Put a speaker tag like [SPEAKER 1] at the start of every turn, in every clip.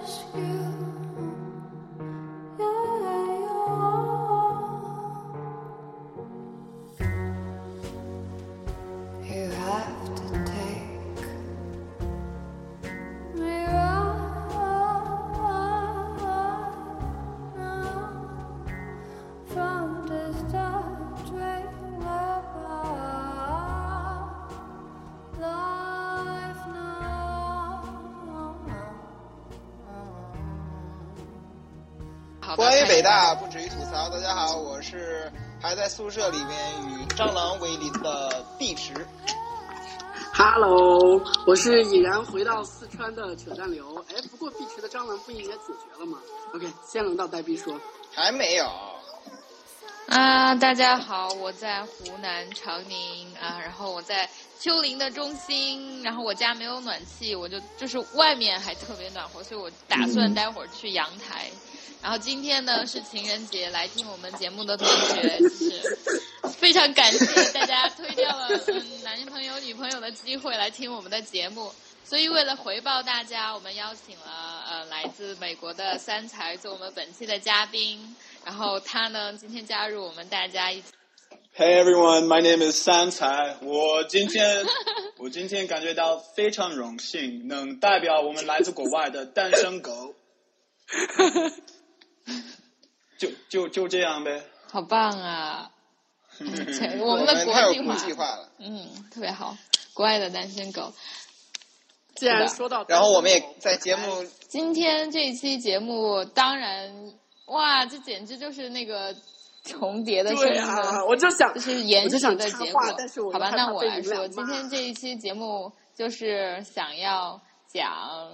[SPEAKER 1] 关于北大不止于吐槽，大家好，我是还在宿舍里面与蟑螂为邻的碧池。
[SPEAKER 2] Hello， 我是已然回到四川的扯淡流。哎，不过碧池的蟑螂不应该解决了吗 ？OK， 先轮到呆逼说。
[SPEAKER 1] 还没有。
[SPEAKER 3] 大家好，我在湖南长宁然后我在丘陵的中心，然后我家没有暖气，我就是外面还特别暖和，所以我打算待会儿去阳台。然后今天呢是情人节，来听我们节目的同学就是非常感谢大家推掉了男朋友女朋友的机会来听我们的节目，所以为了回报大家，我们邀请了来自美国的三才做我们本期的嘉宾，然后他呢今天加入我们大家一起。
[SPEAKER 4] Hey everyone, my name is 三才。我今天感觉到非常荣幸，能代表我们来自国外的单身狗。就这样呗。
[SPEAKER 3] 好棒啊！我们的
[SPEAKER 1] 国际化了。
[SPEAKER 3] 特别好，国外的单身狗。
[SPEAKER 2] 既然说到，
[SPEAKER 1] 然后我们也在节目
[SPEAKER 3] 今天这一期节目，当然，哇，这简直就是那个重叠的声音的，
[SPEAKER 2] 我就想
[SPEAKER 3] 就是延续的结果。
[SPEAKER 2] 但是我
[SPEAKER 3] 好吧，那我来说，今天这一期节目就是想要讲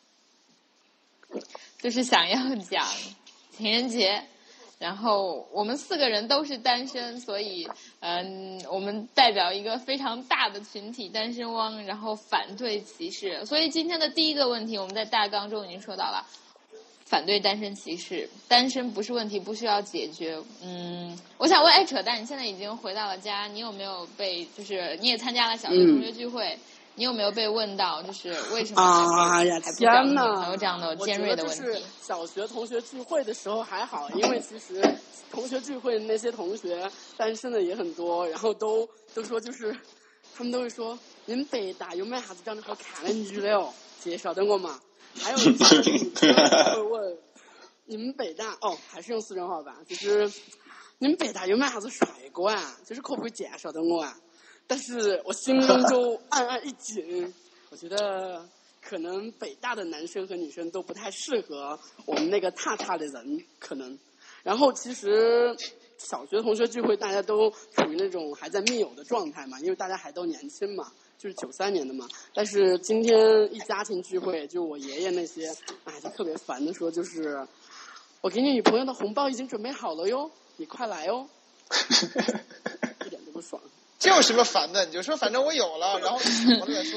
[SPEAKER 3] 情人节。然后我们4个人都是单身，所以我们代表一个非常大的群体单身汪，然后反对歧视。所以今天的第一个问题，我们在大纲中已经说到了，反对单身歧视，单身不是问题，不需要解决。我想问，扯淡，你现在已经回到了家，你有没有就是你也参加了小学同学聚会？你有没有被问到，就是为什么还不找女朋友这样的尖锐的问题？
[SPEAKER 2] 就是小学同学聚会的时候还好，因为其实同学聚会那些同学单身的也很多，然后都说就是他们都会说，你们北大有没啥子长得好看的女的哦？介绍等我嘛。还有一些会问，你们北大还是用四川话吧，就是你们北大有没啥子帅哥啊？就是可不可以介绍等我啊？但是我心中就暗暗一紧，我觉得可能北大的男生和女生都不太适合我们那个踏踏的人，可能。然后其实小学同学聚会大家都处于那种还在密友的状态嘛，因为大家还都年轻嘛，就是93年的嘛。但是今天一家庭聚会，就我爷爷那些，就特别烦的说，就是我给你女朋友的红包已经准备好了哟，你快来哦。一点都不爽。
[SPEAKER 1] 这有什么烦的？你就说反正我有了，然后什么再说。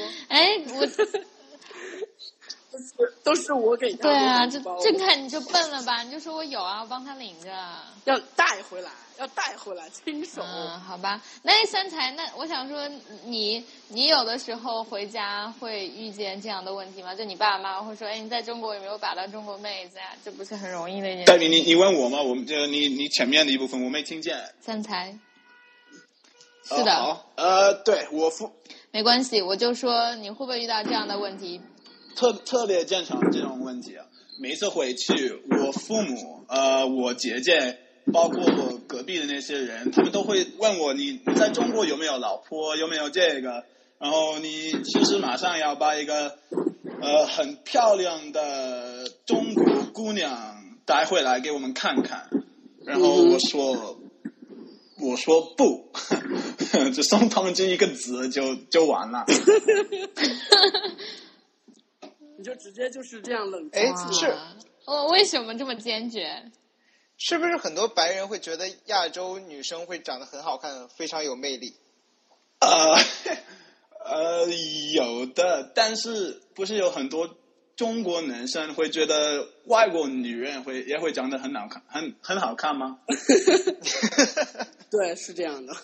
[SPEAKER 2] 都是我给他。
[SPEAKER 3] 对啊，这看你就笨了吧？你就说我有啊，我帮他领着。
[SPEAKER 2] 要带回来，亲手。
[SPEAKER 3] 好吧。那三才，那我想说，你有的时候回家会遇见这样的问题吗？就你爸爸妈妈会说，哎，你在中国有没有把到中国妹子呀？这不是很容易的一件事。
[SPEAKER 4] 对，你问我吗？你前面的一部分我没听见。
[SPEAKER 3] 三才。是的。
[SPEAKER 4] 好，对我
[SPEAKER 3] 没关系，我就说你会不会遇到这样的问题？
[SPEAKER 4] 特别正常这种问题啊！每次回去，我父母、我姐姐，包括我隔壁的那些人，他们都会问我：你在中国有没有老婆？有没有这个？然后你是不是马上要把一个很漂亮的中国姑娘带回来给我们看看？然后我说不，就送他们这一个字就完了。
[SPEAKER 2] 你就直接就是这样冷
[SPEAKER 1] 静。是
[SPEAKER 3] 我为什么这么坚决？
[SPEAKER 1] 是不是很多白人会觉得亚洲女生会长得很好看，非常有魅力？
[SPEAKER 4] 有的，但是不是有很多中国男生会觉得外国女人也会长得很好看，很好看吗？
[SPEAKER 2] 对，是这样的。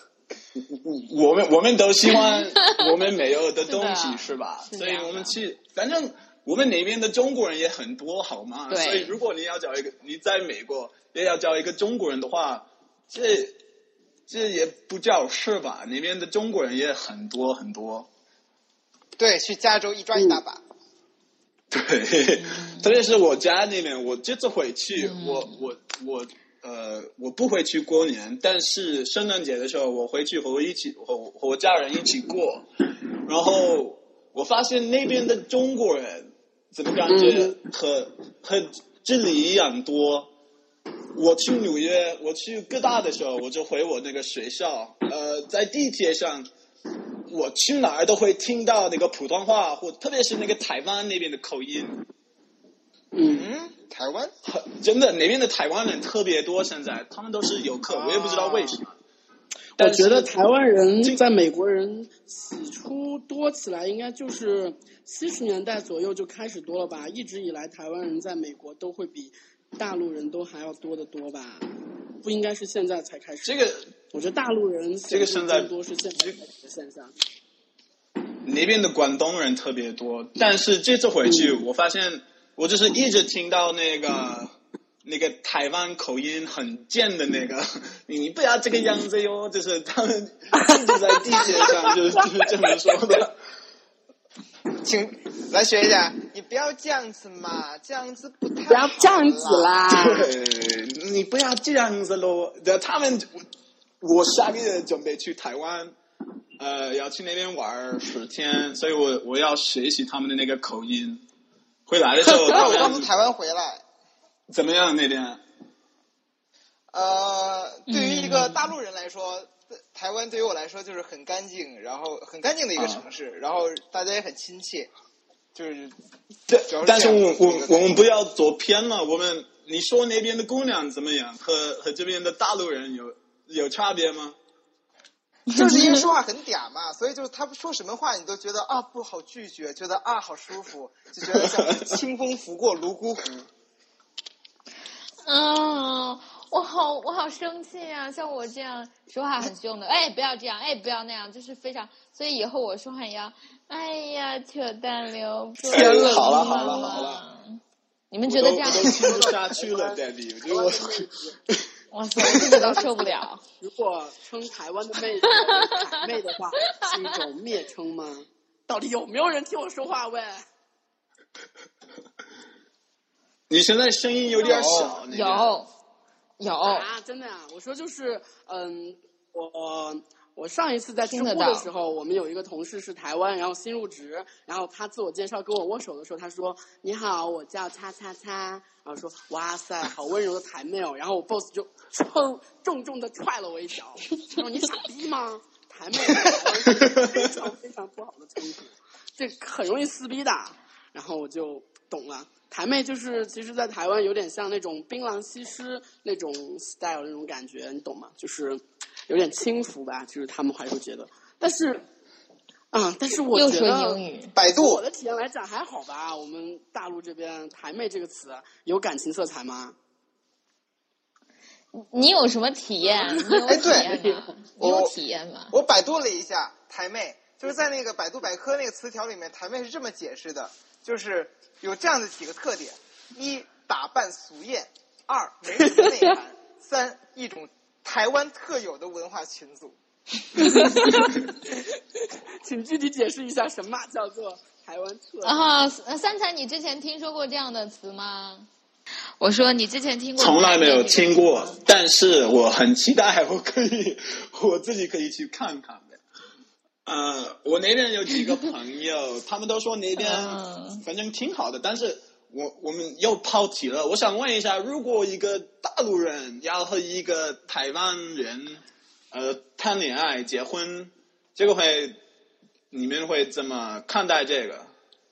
[SPEAKER 4] 我们都希望我们没有的东西是吧？所以我们反正我们那边的中国人也很多，好吗？
[SPEAKER 3] 对，
[SPEAKER 4] 所以如果你在美国也要找一个中国人的话，这也不叫事吧？那边的中国人也很多很多。
[SPEAKER 1] 对，去加州一抓一大把。
[SPEAKER 4] 对，特别是我家那边，我这次回去，我不回去过年，但是圣诞节的时候我回去和我家人一起过，然后我发现那边的中国人怎么感觉和这里一样多。我去纽约，我去哥大的时候，我就回我那个学校，在地铁上，我去哪儿都会听到那个普通话，或特别是那个台湾那边的口音。
[SPEAKER 1] 台湾
[SPEAKER 4] 真的那边的台湾人特别多，现在他们都是游客，我也不知道为什么。
[SPEAKER 2] 我觉得台湾人在美国人起初多起来，应该就是70年代左右就开始多了吧。一直以来，台湾人在美国都会比大陆人都还要多得多吧？不应该是现在才开始。
[SPEAKER 4] 这个
[SPEAKER 2] 我觉得大陆人
[SPEAKER 4] 这个现在
[SPEAKER 2] 多是现在的现象。
[SPEAKER 4] 那边的广东人特别多，但是这次回去，我发现我就是一直听到那个台湾口音很贱的那个，你不要这个样子哟，就是他们一直在地铁上就是这么说的。
[SPEAKER 1] 请来学一下，你不要这样子嘛，这样子不太好，
[SPEAKER 2] 不要这样子啦。
[SPEAKER 4] 对，你不要这样子咯。他们，我下个月准备去台湾，要去那边玩10天，所以我要学习他们的那个口音。回来的时候，
[SPEAKER 1] 我刚从台湾回来，
[SPEAKER 4] 怎么样那边？
[SPEAKER 1] 对于一个大陆人来说，台湾对于我来说就是很干净，然后很干净的一个城市，然后大家也很亲切，就是
[SPEAKER 4] 但是我们不要走偏了。你说那边的姑娘怎么样？和这边的大陆人有差别吗？
[SPEAKER 1] 就是因为说话很嗲嘛，所以就是他说什么话你都觉得啊不好拒绝，觉得啊好舒服，就觉得像清风拂过泸沽湖。
[SPEAKER 3] 我好生气啊！像我这样说话很凶的，哎，不要这样，哎，不要那样，就是非常。所以以后我说话也要，哎呀，扯淡溜不。
[SPEAKER 4] 好了，
[SPEAKER 3] 你们觉得这样？
[SPEAKER 4] 我都听不下去了 ，Daddy， 我觉得
[SPEAKER 3] 哇塞，我自己都受不了。
[SPEAKER 2] 如果称台湾的妹子台妹的话，是一种蔑称吗？到底有没有人听我说话喂？
[SPEAKER 4] 你现在声音有点小。
[SPEAKER 3] 有
[SPEAKER 2] 啊，真的啊！我说就是，我上一次在知乎的时候，我们有一个同事是台湾，然后新入职，然后他自我介绍跟我握手的时候，他说：“你好，我叫叉叉叉。”然后说：“哇塞，好温柔的台妹哦。”然后我 boss 就重重的踹了我一脚，他说：“你傻逼吗？台妹非常非常不好的称呼，这很容易撕逼的。”然后我就懂了。台妹就是其实在台湾有点像那种槟榔西施那种 style 那种感觉，你懂吗？就是有点轻浮吧，就是他们还会觉得。但是我觉得
[SPEAKER 1] 百度
[SPEAKER 2] 我的体验来讲还好吧。我们大陆这边台妹这个词有感情色彩吗？
[SPEAKER 3] 你有什么体验？你有体验吗？你有体验吗？
[SPEAKER 1] 我百度了一下台妹，就是在那个百度百科那个词条里面，台妹是这么解释的，就是有这样的几个特点：一、打扮俗艳；二、没什么内涵；三、一种台湾特有的文化群组。
[SPEAKER 2] 请具体解释一下什么叫做台湾特
[SPEAKER 3] 啊？三彩，你之前听说过这样的词吗？我说你之前听过？
[SPEAKER 4] 从来没有听过，但是我很期待，我自己可以去看看的。我那边有几个朋友，他们都说那边反正挺好的，但是我们又跑题了。我想问一下，如果一个大陆人要和一个台湾人谈恋爱结婚，这个你们会怎么看待这个？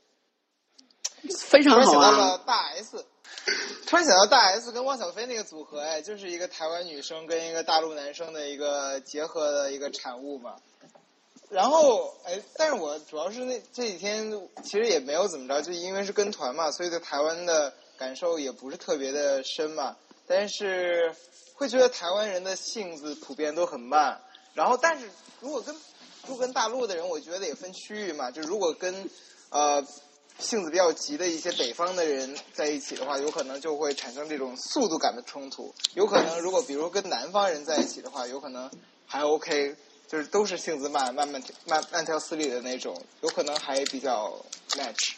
[SPEAKER 2] 非常好啊！
[SPEAKER 1] 突然想到了大 S， 突然想到大 S 跟汪小菲那个组合，哎，就是一个台湾女生跟一个大陆男生的一个结合的一个产物嘛。然后，但是我主要是这几天其实也没有怎么着，就因为是跟团嘛，所以对台湾的感受也不是特别的深嘛。但是会觉得台湾人的性子普遍都很慢。然后，但是如果跟大陆的人，我觉得也分区域嘛，就如果跟性子比较急的一些北方的人在一起的话，有可能就会产生这种速度感的冲突。有可能如果比如跟南方人在一起的话，有可能还 OK， 就是都是性子慢条斯理的那种，有可能还比较 match。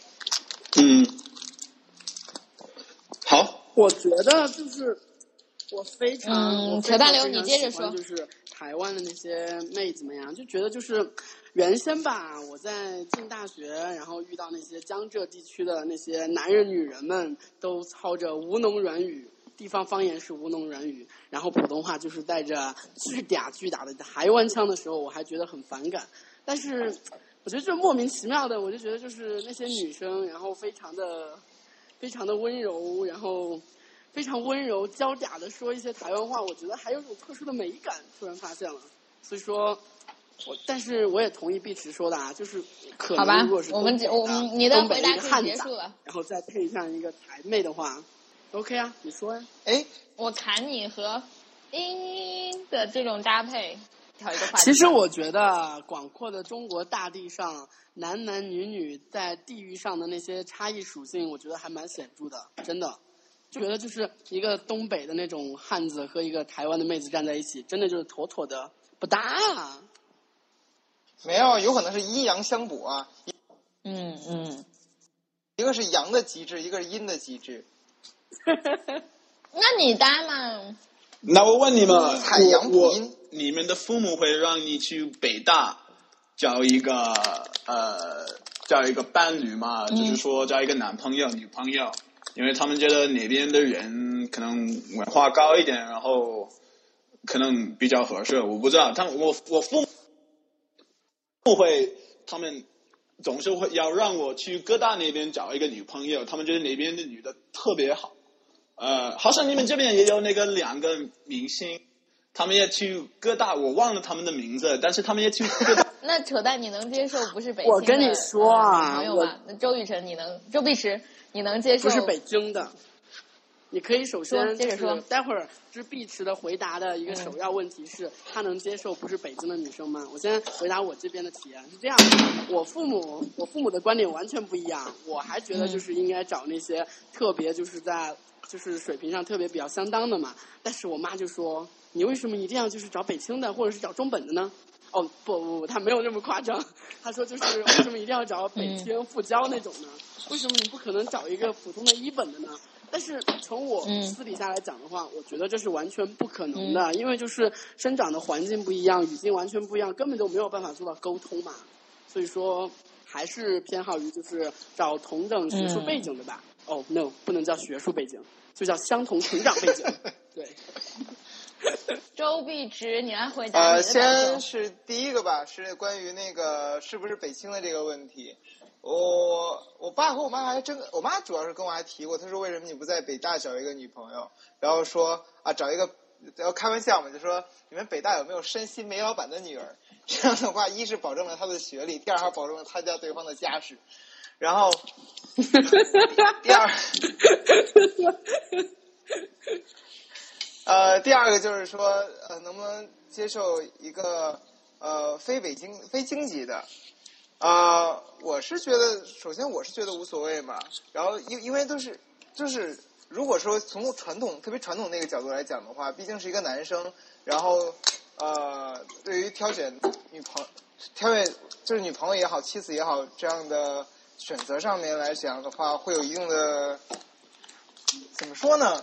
[SPEAKER 4] 好，
[SPEAKER 2] 我觉得就是我非常
[SPEAKER 3] 扯淡流，你接着说。
[SPEAKER 2] 就是台湾的那些妹子们呀，就觉得就是原先吧，我在进大学，然后遇到那些江浙地区的那些男人女人们，都操着吴侬软语，地方方言是吴侬软语，然后普通话就是带着巨嗲的台湾腔的时候，我还觉得很反感。但是我觉得就莫名其妙的，我就觉得就是那些女生，然后非常的温柔，然后非常温柔娇嗲的说一些台湾话，我觉得还有种特殊的美感，突然发现了。所以说，但是我也同意碧池说的啊，就是可能如果是
[SPEAKER 3] 你的回答可以结束了，
[SPEAKER 2] 然后再配上一个台妹的话 ，OK 啊，你说呀？
[SPEAKER 3] 我砍你和音的这种搭配。
[SPEAKER 2] 其实我觉得广阔的中国大地上，男男女女在地域上的那些差异属性，我觉得还蛮显著的，真的。就觉得就是一个东北的那种汉子和一个台湾的妹子站在一起，真的就是妥妥的不搭啊。
[SPEAKER 1] 没有，有可能是阴阳相补啊。一个是阳的极致，一个是阴的极致。
[SPEAKER 3] 那你搭嘛？
[SPEAKER 4] 那我问你们，
[SPEAKER 1] 采阳补阴。
[SPEAKER 4] 你们的父母会让你去北大找一个伴侣吗？就是说找一个男朋友、女朋友，因为他们觉得那边的人可能文化高一点，然后可能比较合适。我不知道，我父母会，他们总是会要让我去哥大那边找一个女朋友，他们觉得那边的女的特别好。好像你们这边也有那个2个明星。他们也去哥大，我忘了他们的名字，但是他们也去哥大。
[SPEAKER 3] 那扯淡，你能接受不是北京的？
[SPEAKER 2] 我跟你说啊，
[SPEAKER 3] 朋友吗？那周雨辰周碧池，你能接受？
[SPEAKER 2] 不是北京的。你可以首先
[SPEAKER 3] 接着说，
[SPEAKER 2] 待会儿就是碧池的回答的一个首要问题是，他能接受不是北京的女生吗？我先回答我这边的体验是这样的，我父母的观点完全不一样，我还觉得就是应该找那些特别就是水平上特别比较相当的嘛，但是我妈就说，你为什么一定要就是找北清的或者是找中本的呢？哦不，他没有那么夸张。他说就是为什么一定要找北清复交那种呢？为什么你不可能找一个普通的一本的呢？但是从我私底下来讲的话，我觉得这是完全不可能的，因为就是生长的环境不一样，语境完全不一样，根本就没有办法做到沟通嘛。所以说还是偏好于就是找同等学术背景的吧。no， 不能叫学术背景，就叫相同成长背景。对。
[SPEAKER 3] 周碧池，你来回答。
[SPEAKER 1] 先是第一个吧，是关于那个是不是北清的这个问题。我爸和我妈我妈主要是跟我还提过，她说为什么你不在北大找一个女朋友？然后说找一个，然后开玩笑嘛，就说你们北大有没有山西煤老板的女儿？这样的话，一是保证了她的学历，第二还保证了她家对方的家世。然后第二个就是说能不能接受一个非京籍的。我是觉得，首先我是觉得无所谓嘛。然后因为就是如果说从特别传统那个角度来讲的话，毕竟是一个男生，然后对于挑选女朋友也好，妻子也好，这样的选择上面来讲的话，会有一定的怎么说呢？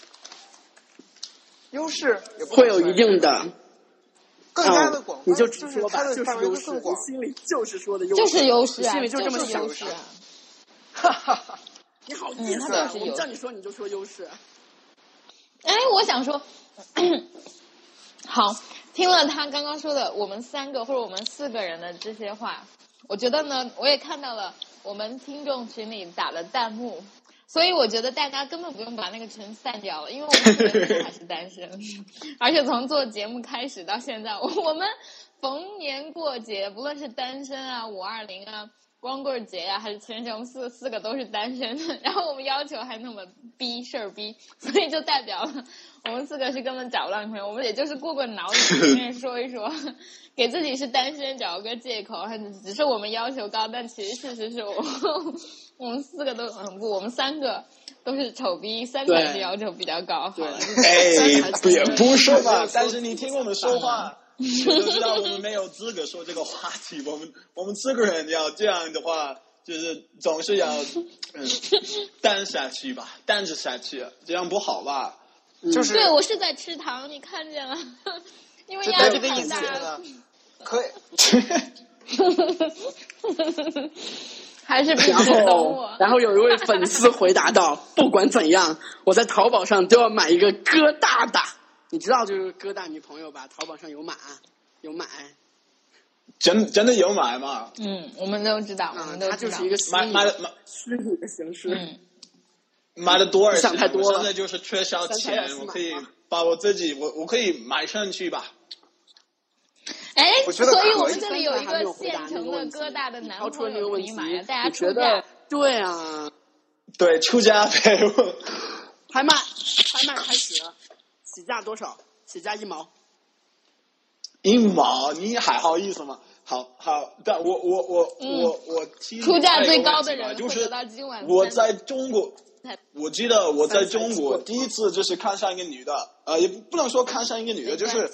[SPEAKER 1] 优势也不
[SPEAKER 2] 会有一定的。
[SPEAKER 1] 更加的广泛，
[SPEAKER 2] 你就直说吧，
[SPEAKER 1] 就是
[SPEAKER 2] 优势，你心里就是说的优
[SPEAKER 3] 势，就是优势，
[SPEAKER 2] 心里就这么想
[SPEAKER 3] 的。
[SPEAKER 1] 哈哈，
[SPEAKER 2] 你好意思啊！我叫你说你就说优势。
[SPEAKER 3] 我想说，好，听了他刚刚说的我们3个或者我们4个人的这些话，我觉得呢，我也看到了我们听众群里打的弹幕。所以我觉得大家根本不用把那个群散掉了，因为我们4个人还是单身，而且从做节目开始到现在，我们逢年过节，不论是单身啊、520啊、光棍节啊，还是情人节，我们四个都是单身的。然后我们要求还那么逼，所以就代表了我们4个是根本找不到女朋友，我们也就是过脑子里面说一说，给自己是单身找个借口，只是我们要求高，但其实事实是我我们4个都很不，我们3个都是丑逼，三才是要求比较高。
[SPEAKER 2] 对，
[SPEAKER 4] 不说吧，但是你听我们说话，你都知道我们没有资格说这个话题。我们4个人要这样的话，就是总是要淡下去吧，淡着下去，这样不好吧？
[SPEAKER 1] 就是
[SPEAKER 3] 对，我是在吃糖，你看见了，因为压力太大了。
[SPEAKER 1] 可以。
[SPEAKER 3] 还是必须懂我。
[SPEAKER 2] 然后有一位粉丝回答道：“不管怎样，我在淘宝上都要买一个哥大的。你知道就是哥大女朋友吧？淘宝上有买。
[SPEAKER 4] 真的有买吗？
[SPEAKER 3] 我们都知道，我们都知道。
[SPEAKER 2] 它就是一个虚拟的形式。
[SPEAKER 4] 买了多少钱？
[SPEAKER 2] 想太多了。
[SPEAKER 4] 我现在就是缺少钱，我可以把我自己，我可以买上去吧。
[SPEAKER 3] 哎，
[SPEAKER 1] 所
[SPEAKER 3] 以我们这里有一个现成的哥大的男朋友可以买呀，大家出价。
[SPEAKER 2] 对啊，
[SPEAKER 4] 对，出价呗。
[SPEAKER 2] 拍卖开始了，起价多少？起价1毛。
[SPEAKER 4] 1毛，你还好意思吗？好，但我提
[SPEAKER 3] 出价最高的人
[SPEAKER 4] 就是
[SPEAKER 3] 得到今晚
[SPEAKER 4] 我在中国。我记得我在中国第一次就是看上一个女的，也不能说看上一个女的，就是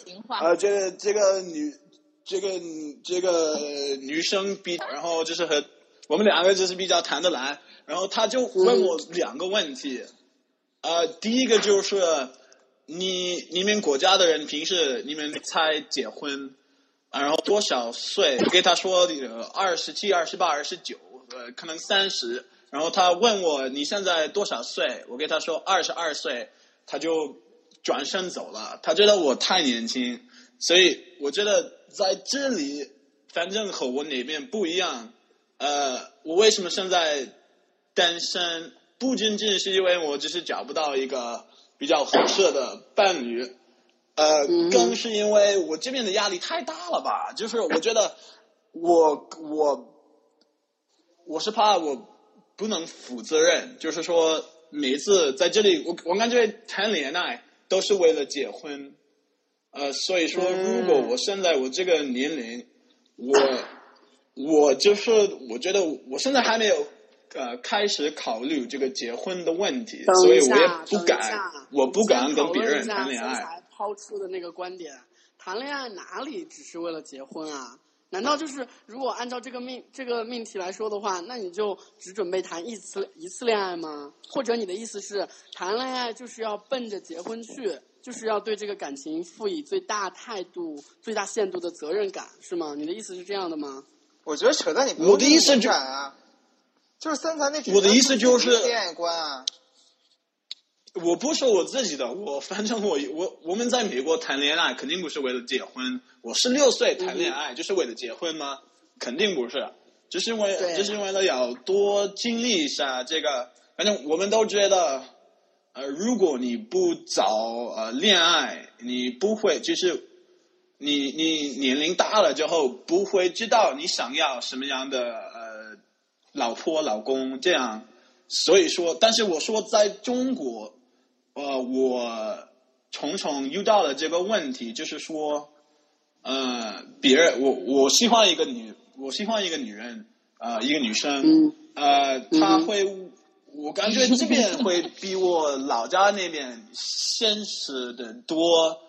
[SPEAKER 4] 这个女生然后就是和我们2个就是比较谈得来，然后她就问我2个问题，第一个就是你们国家的人平时你们才结婚，然后多少岁？给她说27、28、29，可能30。然后他问我你现在多少岁？我给他说22岁，他就转身走了。他觉得我太年轻，所以我觉得在这里，反正和我那边不一样。我为什么现在单身？不仅仅是因为我只是找不到一个比较合适的伴侣，更是因为我这边的压力太大了吧？就是我觉得我是怕我不能负责任，就是说每次在这里，我感觉谈恋爱都是为了结婚，所以说如果我现在我这个年龄，我就是我觉得我现在还没有开始考虑这个结婚的问题，所以我也不敢跟别人谈恋爱。
[SPEAKER 2] 才抛出的那个观点，谈恋爱哪里只是为了结婚啊？难道就是如果按照这个命题来说的话，那你就只准备谈一次恋爱吗？或者你的意思是谈恋爱就是要奔着结婚去，就是要对这个感情负以最大限度的责任感，是吗？你的意思是这样的吗？
[SPEAKER 1] 我觉得扯淡，你不用这么敏感啊。就是三才那
[SPEAKER 4] 我的意思就是
[SPEAKER 1] 恋爱观啊。
[SPEAKER 4] 我不说我自己的，反正我们在美国谈恋爱肯定不是为了结婚。我16岁谈恋爱就是为了结婚吗？肯定不是，就是为了要多经历一下这个。反正我们都觉得，如果你不早恋爱，你不会就是你年龄大了之后不会知道你想要什么样的老婆老公这样。所以说，但是我说在中国。我重重遇到了这个问题，就是说，别人我喜欢一个女人，一个女生，她会，我感觉这边会比我老家那边现实的多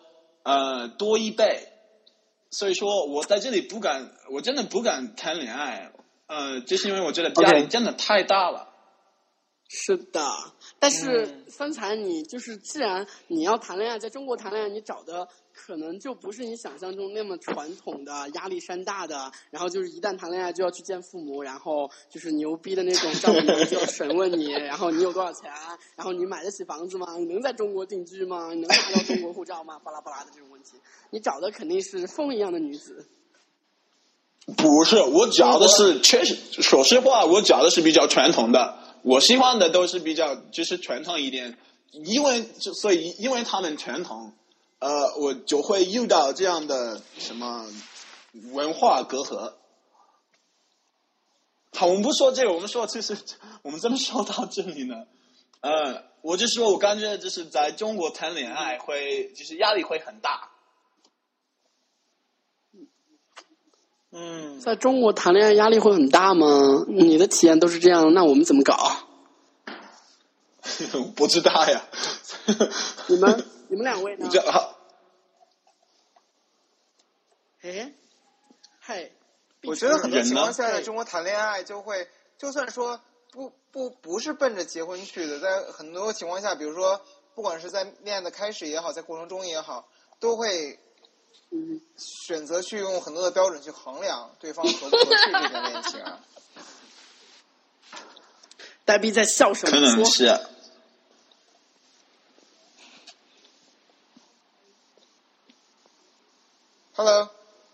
[SPEAKER 4] 1倍，所以说我在这里我真的不敢谈恋爱，就是因为我觉得压力真的太大了。
[SPEAKER 2] 是的，但是三才你就是既然你要谈恋爱，在中国谈恋爱，你找的可能就不是你想象中那么传统的压力山大的，然后就是一旦谈恋爱就要去见父母，然后就是牛逼的那种丈母娘就要审问你，然后你有多少钱，然后你买得起房子吗？你能在中国定居吗？你能拿到中国护照吗？巴拉巴拉的这种问题，你找的肯定是风一样的女子。
[SPEAKER 4] 不是，我找的是确实，说实话，我找的是比较传统的。我喜欢的都是比较就是传统一点，因为他们传统，我就会遇到这样的什么文化隔阂。好，我们不说这个，我们说就是我们怎么说到这里呢？我就说我感觉就是在中国谈恋爱就是压力会很大。
[SPEAKER 2] 在中国谈恋爱压力会很大吗？你的体验都是这样，那我们怎么搞？
[SPEAKER 4] 不知道呀。
[SPEAKER 2] 你们两位呢？嘿，
[SPEAKER 1] 我觉得很多情况下在中国谈恋爱就会，就算说不是奔着结婚去的，在很多情况下，比如说不管是在恋爱的开始也好，在过程中也好，都会选择去用很多的标准去衡量对方合不合适这段恋情啊。
[SPEAKER 2] 呆逼在笑什么？
[SPEAKER 4] 可能是。
[SPEAKER 1] Hello。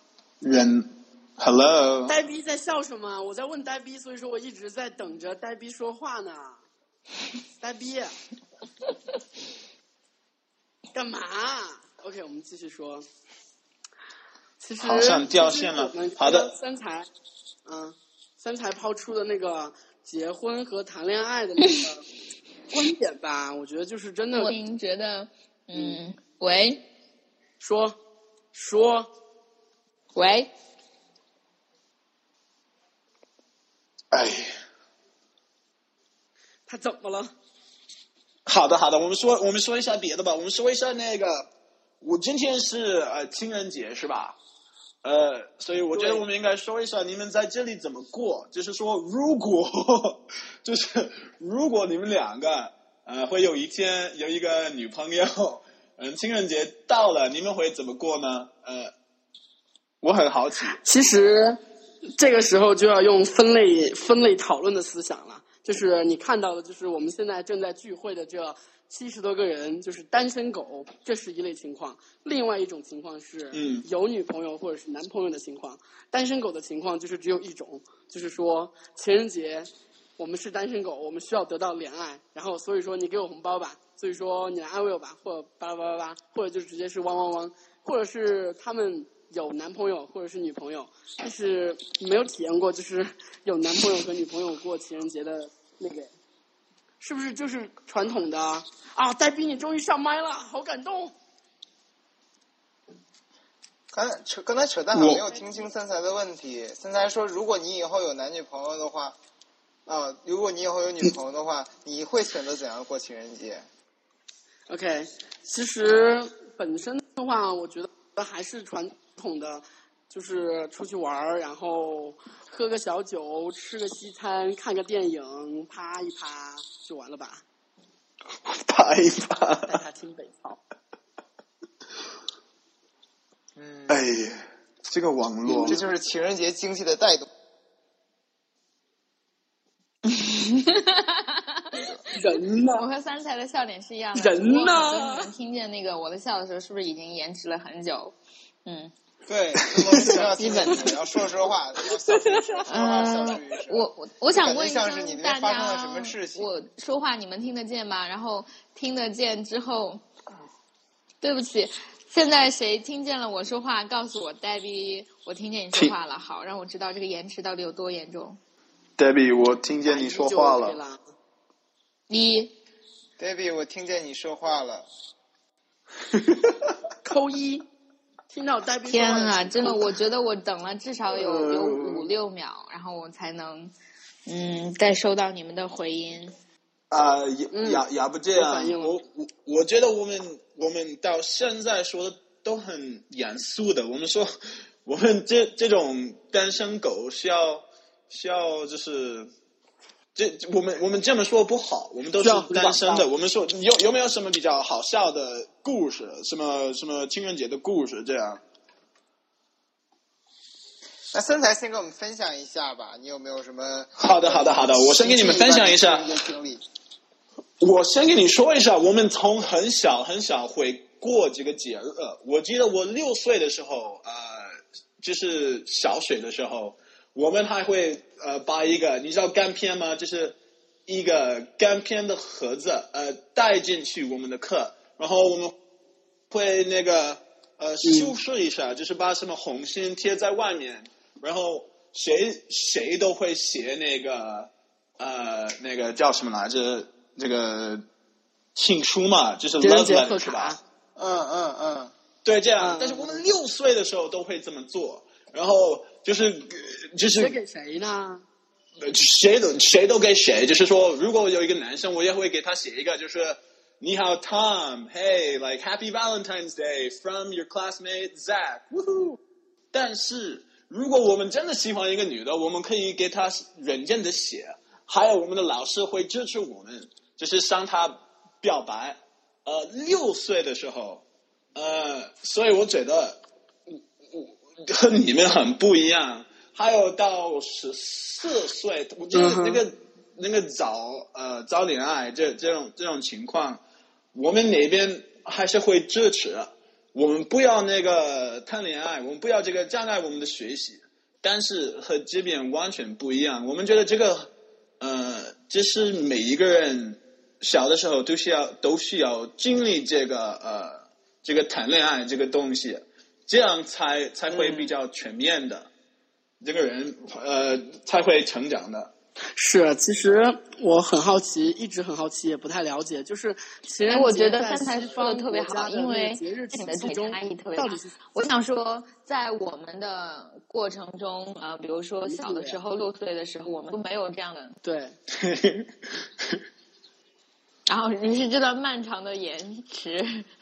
[SPEAKER 4] Hello。
[SPEAKER 2] 呆逼在笑什么？我在问呆逼，所以说我一直在等着呆逼说话呢。呆逼，干嘛 ？OK， 我们继续说。其实
[SPEAKER 4] 好像掉线了。好的。
[SPEAKER 2] 三才抛出的那个结婚和谈恋爱的那个观点吧，我觉得就是真的。
[SPEAKER 3] 我觉得，喂，
[SPEAKER 2] 说，
[SPEAKER 3] 喂。
[SPEAKER 4] 哎，
[SPEAKER 2] 他怎么了？
[SPEAKER 4] 好的，我们说一下别的吧。我们说一下那个，我今天是情人节是吧？所以我觉得我们应该说一下你们在这里怎么过。就是说，如果你们两个会有一天有一个女朋友，情人节到了，你们会怎么过呢？我很好奇。
[SPEAKER 2] 其实这个时候就要用分类讨论的思想了。就是你看到的，就是我们现在正在聚会的这70多个人，就是单身狗，这是一类情况。另外一种情况是，有女朋友或者是男朋友的情况。单身狗的情况就是只有一种，就是说情人节我们是单身狗，我们需要得到怜爱，然后所以说你给我红包吧，所以说你来安慰我吧，或者巴拉巴拉巴拉，或者就直接是汪汪汪，或者是他们有男朋友或者是女朋友，但是没有体验过就是有男朋友和女朋友过情人节的那个，是不是就是传统的啊？呆逼你终于上麦了，好感动。
[SPEAKER 1] 刚才扯淡，我没有听清三才的问题。三才说，如果你以后有男女朋友的话，如果你以后有女朋友的话，你会选择怎样过情人节
[SPEAKER 2] ？OK， 其实本身的话，我觉得还是传统的，就是出去玩，然后喝个小酒，吃个西餐，看个电影，啪一啪就完了吧。
[SPEAKER 4] 啪一啪。
[SPEAKER 2] 带他听北操。
[SPEAKER 4] 哎，这个网络，
[SPEAKER 1] 这就是情人节经济的带动。
[SPEAKER 2] 人呢？
[SPEAKER 3] 我和三才的笑点是一样
[SPEAKER 2] 的。人呢？
[SPEAKER 3] 你们听见那个我的笑的时候，是不是已经延迟了很久？
[SPEAKER 1] 对，基本你要说实话，
[SPEAKER 3] 我想问一下大
[SPEAKER 1] 家，
[SPEAKER 3] 我说话你们听得见吗？然后听得见之后，对不起。现在谁听见了我说话，告诉我 Debbie， 我听见你说话了，好，让我知道这个延迟到底有多严重。
[SPEAKER 4] Debbie， 我听见你说话了。
[SPEAKER 1] Debbie， 我听见你说话了。
[SPEAKER 2] 扣一，听到 Debbie。
[SPEAKER 3] 天啊，真的，我觉得我等了至少有5-6秒，然后我才能再收到你们的回音。
[SPEAKER 4] 也不这样。我觉得我们到现在说的都很严肃的。我们说我们这种单身狗需要就是我们这么说不好，我们都是单身的。我们说有没有什么比较好笑的故事？什么情人节的故事这样？
[SPEAKER 1] 那三才先跟我们分享一下吧，你有没有什么？
[SPEAKER 4] 好的，我先给你们分享一下。我先跟你说一下，我们从很小会过这个节日。我记得我6岁的时候，就是小学的时候，我们还会把一个，你知道干片吗？就是一个干片的盒子，带进去我们的课，然后我们会那个修饰一下，就是把什么红心贴在外面，然后谁都会写那个叫什么来着？这个情书嘛，就是 love letter 是吧？对，这样。但是我们6岁的时候都会这么做，然后就是
[SPEAKER 2] 写给谁呢？
[SPEAKER 4] 谁都给谁，就是说，如果有一个男生，我也会给他写一个，就是你好 Tom，Hey like Happy Valentine's Day from your classmate Zach， woohoo。但是如果我们真的喜欢一个女的，我们可以给她认真的写，还有我们的老师会支持我们，就是向她表白。6岁的时候，所以我觉得和你们很不一样。还有到14岁，我觉得那个早恋爱这种情况，我们那边还是会支持。我们不要那个谈恋爱，我们不要这个障碍我们的学习。但是和这边完全不一样，我们觉得这个这是每一个人小的时候都需要经历这个谈恋爱这个东西，这样才会比较全面的。这个人才会成长的。
[SPEAKER 2] 是，其实我很好奇，一直很好奇，也不太了解。就是情人节，
[SPEAKER 3] 我觉得三才说的特别好，因为
[SPEAKER 2] 节日体系中
[SPEAKER 3] 差异特别大。我想说，在我们的过程中比如说小的时候6岁的时候，我们都没有这样的。
[SPEAKER 2] 对。
[SPEAKER 3] 然后于是这段漫长的延迟，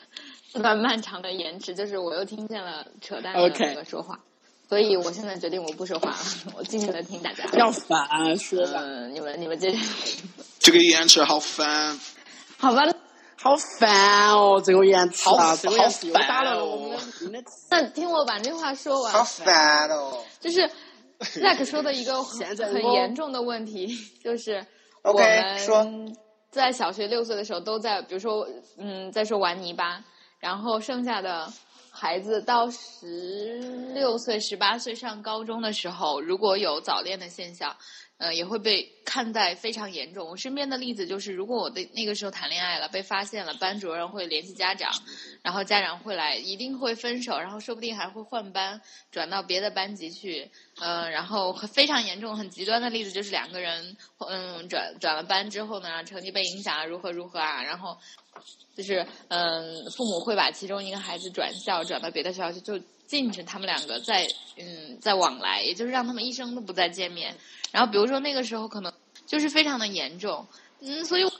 [SPEAKER 3] 就是我又听见了扯淡的那个说话。所以我现在决定我不说话了，我静静的听大家。
[SPEAKER 2] 要烦说吧，
[SPEAKER 3] 你们接着。
[SPEAKER 4] 这个延迟好烦。
[SPEAKER 3] 好吧，
[SPEAKER 2] 好烦哦，这个延迟啊，
[SPEAKER 4] 这
[SPEAKER 2] 个延迟又打乱了我们的。
[SPEAKER 3] 那听我把这话说完。
[SPEAKER 1] 好烦哦。
[SPEAKER 3] 就是 Zack 说的一个很严重的问题，就是我们在小学6岁的时候都在，比如说在说玩泥巴，然后剩下的孩子到16岁、18岁上高中的时候，如果有早恋的现象，也会被看待非常严重。我身边的例子就是，如果我的那个时候谈恋爱了，被发现了，班主任会联系家长，然后家长会来，一定会分手，然后说不定还会换班，转到别的班级去。然后非常严重、很极端的例子就是2个人转了班之后呢，成绩被影响啊，如何啊，然后。就是父母会把其中一个孩子转校，转到别的学校去，就禁止他们2个再往来，也就是让他们一生都不再见面。然后比如说那个时候可能就是非常的严重，所以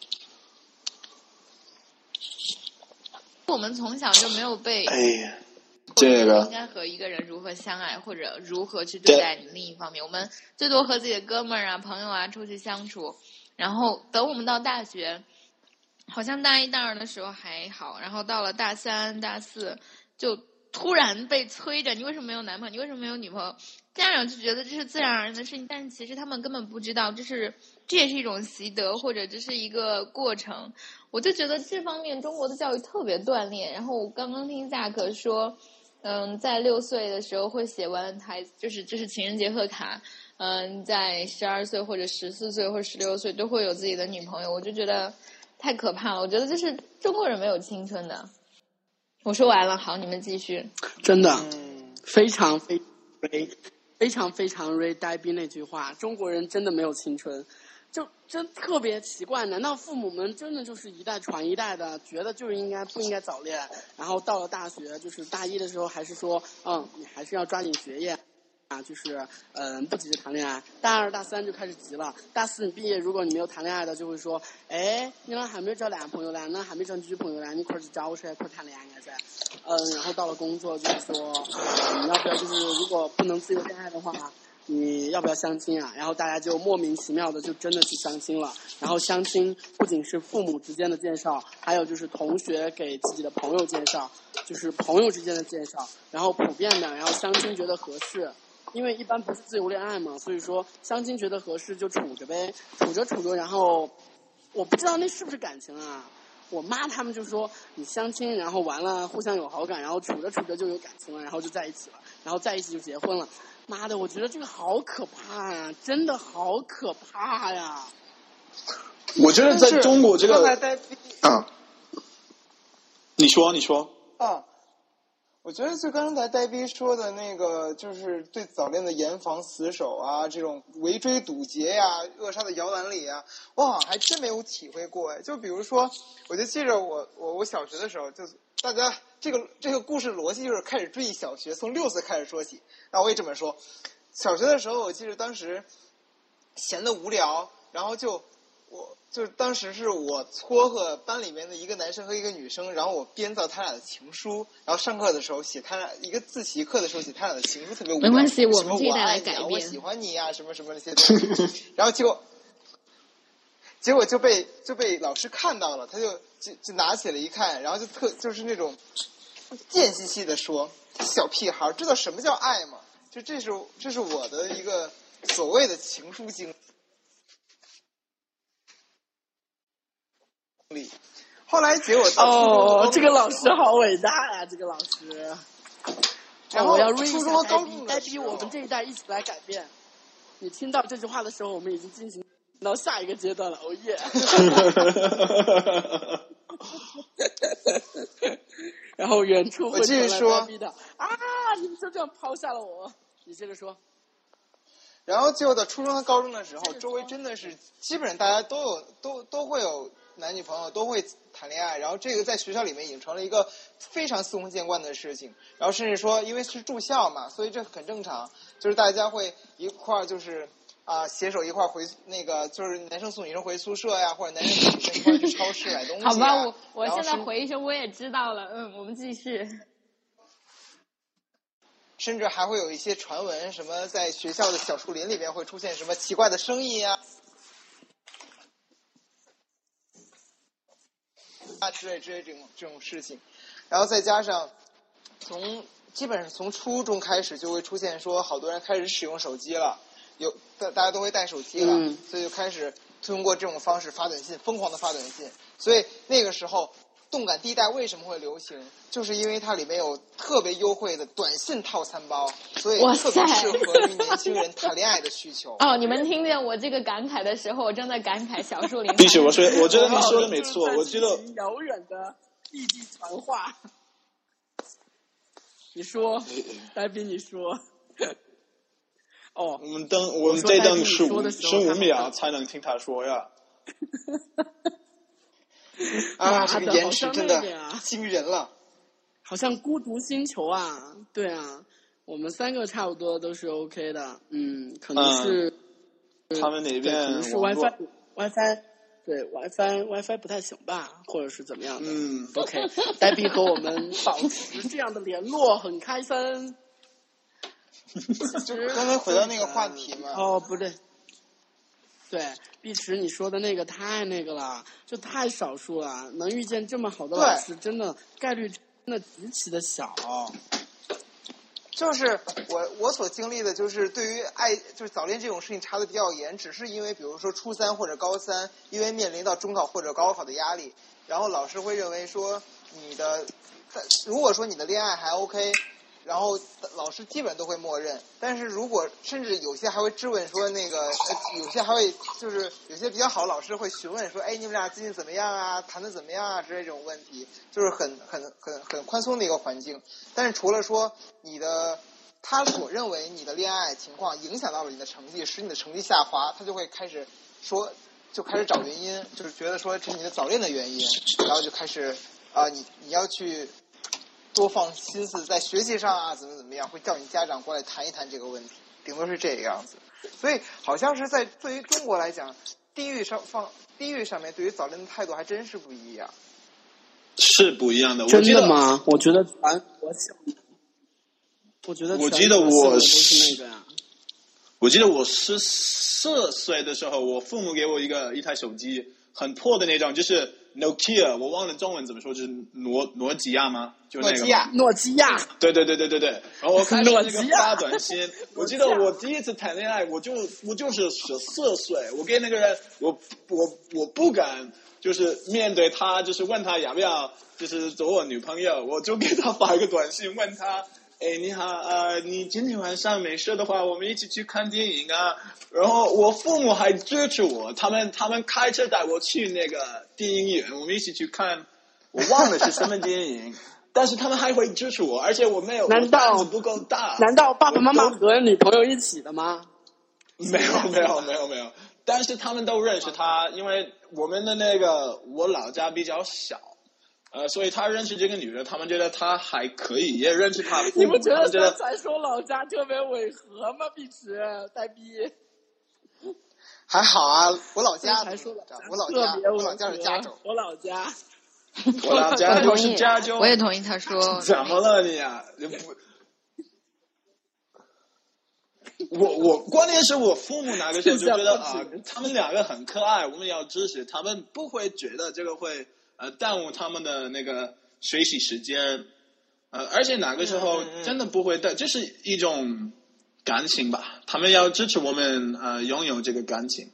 [SPEAKER 3] 我们从小就没有被
[SPEAKER 4] 这个
[SPEAKER 3] 应该和一个人如何相爱，或者如何去对待你另一方面。我们最多和自己的哥们儿啊、朋友啊出去相处，然后等我们到大学。好像大1、大2的时候还好，然后到了大3、大4，就突然被催着，你为什么没有男朋友？你为什么没有女朋友？家长就觉得这是自然而然的事情，但是其实他们根本不知道，这也是一种习得，或者这是一个过程。我就觉得这方面中国的教育特别锻炼。然后我刚刚听萨克说，在6岁的时候会写完就是情人节贺卡，在12岁或者14岁或者16岁都会有自己的女朋友，我就觉得。太可怕了！我觉得就是中国人没有青春的。我说完了，好，你们继续。
[SPEAKER 2] 真的，非常瑞呆逼那句话，中国人真的没有青春，就真特别奇怪。难道父母们真的就是一代传一代的，觉得就是不应该早恋，然后到了大学，就是大1的时候还是说，你还是要抓紧学业。就是不急着谈恋爱，大2、大3就开始急了，大4你毕业，如果你没有谈恋爱的，就会说，你那还没有交男朋友呢，那还没找女朋友呢，你快去找噻，快谈恋爱噻。然后到了工作，就是说，你要不要就是如果不能自由恋爱的话，你要不要相亲啊？然后大家就莫名其妙的就真的去相亲了。然后相亲不仅是父母之间的介绍，还有就是同学给自己的朋友介绍，就是朋友之间的介绍，然后普遍的，然后相亲觉得合适。因为一般不是自由恋爱嘛，所以说相亲觉得合适就处着呗，处着，然后我不知道那是不是感情啊。我妈他们就说你相亲，然后完了互相有好感，然后处着就有感情了，然后就在一起了，然后在一起就结婚了。妈的，我觉得这个好可怕呀，真的好可怕呀。
[SPEAKER 4] 我觉得在中国这个你说
[SPEAKER 1] 我觉得就刚才呆逼说的那个，就是对早恋的严防死守啊，这种围追堵截呀、扼杀的摇篮里啊，我好像还真没有体会过哎。就比如说，我就记着我小学的时候，就大家这个故事逻辑就是开始追忆小学，从6岁开始说起。那我也这么说，小学的时候，我记得当时闲得无聊，然后就是当时是我撮合班里面的一个男生和一个女生，然后我编造他俩的情书，然后上课的时候写他俩一个自习课的时候写他俩的情书，特别无聊。
[SPEAKER 3] 没关系，我
[SPEAKER 1] 什么
[SPEAKER 3] 们这一代来
[SPEAKER 1] 我爱你啊，
[SPEAKER 3] 改变。
[SPEAKER 1] 我喜欢你呀、什么什么那些东西，然后结果就被老师看到了，他就拿起来一看，然后就是那种贱兮兮的说：“小屁孩，知道什么叫爱吗？”这是我的一个所谓的情书经历。后来结果到
[SPEAKER 2] 这个老师好伟大呀！这个老师。
[SPEAKER 1] 然后
[SPEAKER 2] 我要瑞一下
[SPEAKER 1] 初中和高中
[SPEAKER 2] 呆逼，我们这一代一起来改变。你听到这句话的时候，我们已经进行到下一个阶段了。哦耶！然后远处会传来呆逼的啊！你们就这样抛下了我。你接着说。
[SPEAKER 1] 然后结果到初中和高中的时候，周围真的是基本上大家都会有男女朋友，都会谈恋爱，然后这个在学校里面已经成了一个非常司空见惯的事情。然后甚至说，因为是住校嘛，所以这很正常，就是大家会一块儿就是携手一块儿回那个，就是男生送女生回宿舍呀，或者男生送女生一块儿去超市买东西。
[SPEAKER 3] 好吧，我现在回忆说我也知道了，我们继续。
[SPEAKER 1] 甚至还会有一些传闻，什么在学校的小树林里边会出现什么奇怪的声音呀，之类这种事情。然后再加上基本上从初中开始就会出现说，好多人开始使用手机了，大家都会带手机了，所以就开始通过这种方式发短信，疯狂的发短信。所以那个时候动感地带为什么会流行，就是因为它里面有特别优惠的短信套餐包，所以特别适合于年轻人谈恋爱的需求。
[SPEAKER 3] 哦，你们听见我这个感慨的时候，我正在感慨小树林。
[SPEAKER 4] 必须我觉得你说的没错，我觉得
[SPEAKER 2] 遥远的异地传话。你说，呆逼，你说。哦，
[SPEAKER 4] 我们这等15秒才能听他说呀。
[SPEAKER 1] 这个延迟真的惊人了。
[SPEAKER 2] 好像孤独星球啊，对啊，我们3个差不多都是 OK 的，可能是
[SPEAKER 4] 他们那边
[SPEAKER 2] 可能是 WiFi， 对 WiFi 不太行吧，或者是怎么样的？OK， 呆逼和我们保持这样的联络，很开心。
[SPEAKER 1] 就是刚才回到那个话题嘛。
[SPEAKER 2] 哦，不对。对，碧池你说的那个太那个了，就太少数了，能遇见这么好的老师，真的概率真的极其的小。
[SPEAKER 1] 就是我所经历的，就是对于就是早恋这种事情查的比较严，只是因为比如说初3或者高3，因为面临到中考或者高考的压力，然后老师会认为说如果说你的恋爱还 OK。然后老师基本都会默认，但是如果甚至有些还会质问说有些还会就是有些比较好的老师会询问说，哎，你们俩最近怎么样啊？谈的怎么样啊？之类这种问题，就是很宽松的一个环境。但是除了说他所认为你的恋爱情况影响到了你的成绩，使你的成绩下滑，他就会开始找原因，就是觉得说这是你的早恋的原因，然后就开始你要去多放心思在学习上啊，怎么样，会叫你家长过来谈一谈这个问题，顶多是这个样子。所以好像是对于中国来讲，地域上面对于早恋的态度还真是不一样。
[SPEAKER 4] 是不一样的。
[SPEAKER 2] 真的吗？我觉得我记得我是那个呀。
[SPEAKER 4] 我记得我14岁的时候，我父母给我一台手机，很破的那种，就是 Nokia， 我忘了中文怎么说，就是诺基亚吗？就那个
[SPEAKER 2] 诺基亚。
[SPEAKER 4] 对。然后我开始那个发短信，我记得我第一次谈恋爱，我就是14岁，我跟那个人，我不敢就是面对他，就是问他要不要就是做我女朋友，我就给他发一个短信问他。哎，你好，你今天晚上没事的话，我们一起去看电影啊。然后我父母还支持我，他们开车带我去那个电影院，我们一起去看，我忘了是什么电影，但是他们还会支持我，而且我没有，我胆子不够大。
[SPEAKER 2] 难道爸爸妈妈和女朋友一起的吗？
[SPEAKER 4] 没有，但是他们都认识他，因为我们的我老家比较小。 所以他认识这个女的，他们觉得他还可以，也认识他父母。
[SPEAKER 2] 你不觉得
[SPEAKER 4] 他们觉得
[SPEAKER 2] 刚才说老家特别违和吗？碧池呆逼。
[SPEAKER 1] 还好啊，我老家，
[SPEAKER 2] 我
[SPEAKER 1] 老家是加州，
[SPEAKER 2] 我老家
[SPEAKER 4] 是加州。
[SPEAKER 3] 我也同意他说。
[SPEAKER 4] 怎么了你啊？我关键是我父母那个时候就觉得他们两个很可爱，我们要支持他们，不会觉得这个会耽误他们的那个学习时间，而且那个时候真的不会的，这是一种感情吧，他们要支持我们拥有这个感情。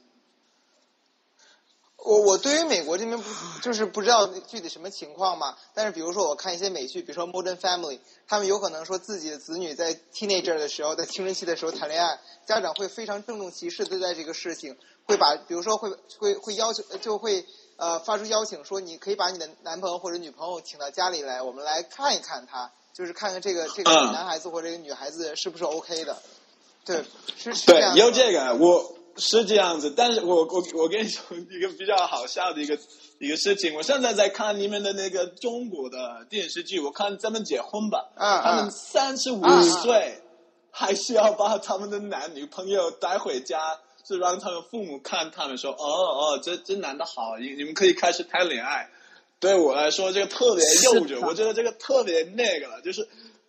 [SPEAKER 1] 我对于美国这边就是不知道具体什么情况嘛，但是比如说我看一些美剧，比如说 Modern Family， 他们有可能说自己的子女在 teenager 的时候，在青春期的时候谈恋爱，家长会非常郑重其事对待这个事情，会把比如说会要求，就会发出邀请说你可以把你的男朋友或者女朋友请到家里来，我们来看一看他，就是看看这个男孩子或者这个女孩子是不是 OK 的。对，是这样的。
[SPEAKER 4] 对，有这个我。是这样子，但是我跟你说一个比较好笑的一个事情，我现在在看你们的那个中国的电视剧，我看咱们结婚吧，他们35岁还是要把他们的男女朋友带回家，是让他们父母看他们说这男的好，你们可以开始谈恋爱。对我来说这个特别幼稚，我觉得这个特别那个了，就是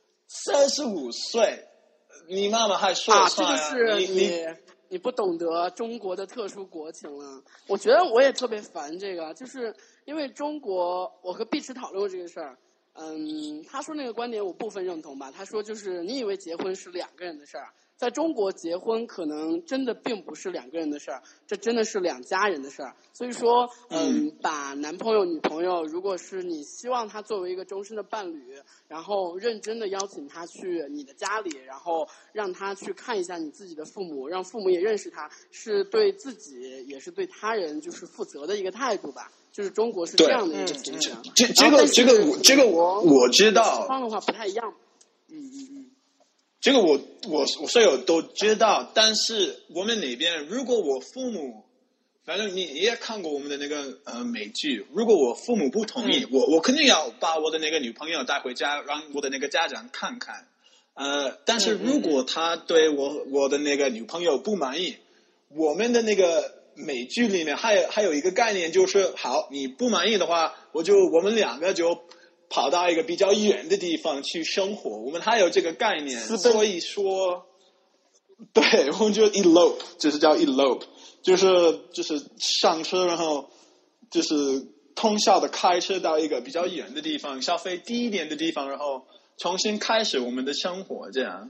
[SPEAKER 4] 35岁你妈妈还说了算
[SPEAKER 2] 这个是你不懂得中国的特殊国情了。我觉得我也特别烦这个，就是因为中国，我和碧池讨论过这个事儿。他说那个观点我部分认同吧。他说就是你以为结婚是两个人的事儿，在中国结婚可能真的并不是两个人的事儿，这真的是两家人的事儿。所以说，把男朋友、女朋友，如果是你希望他作为一个终身的伴侣，然后认真的邀请他去你的家里，然后让他去看一下你自己的父母，让父母也认识他，是对自己也是对他人就是负责的一个态度吧。就是中国是这样的一个情形。
[SPEAKER 4] 这个我知道。
[SPEAKER 2] 西方的话不太一样。
[SPEAKER 4] 这个我舍友都知道，但是我们那边如果我父母，反正你也看过我们的那个美剧，如果我父母不同意，我肯定要把我的那个女朋友带回家，让我的那个家长看看。但是如果他对我的那个女朋友不满意，我们的那个美剧里面还有一个概念，就是好，你不满意的话，我们两个就跑到一个比较远的地方去生活，我们还有这个概念，所以说，对，我们就 elope， 就是叫 elope， 就是上车，然后就是通宵的开车到一个比较远的地方，消费低一点的地方，然后重新开始我们的生活，这样。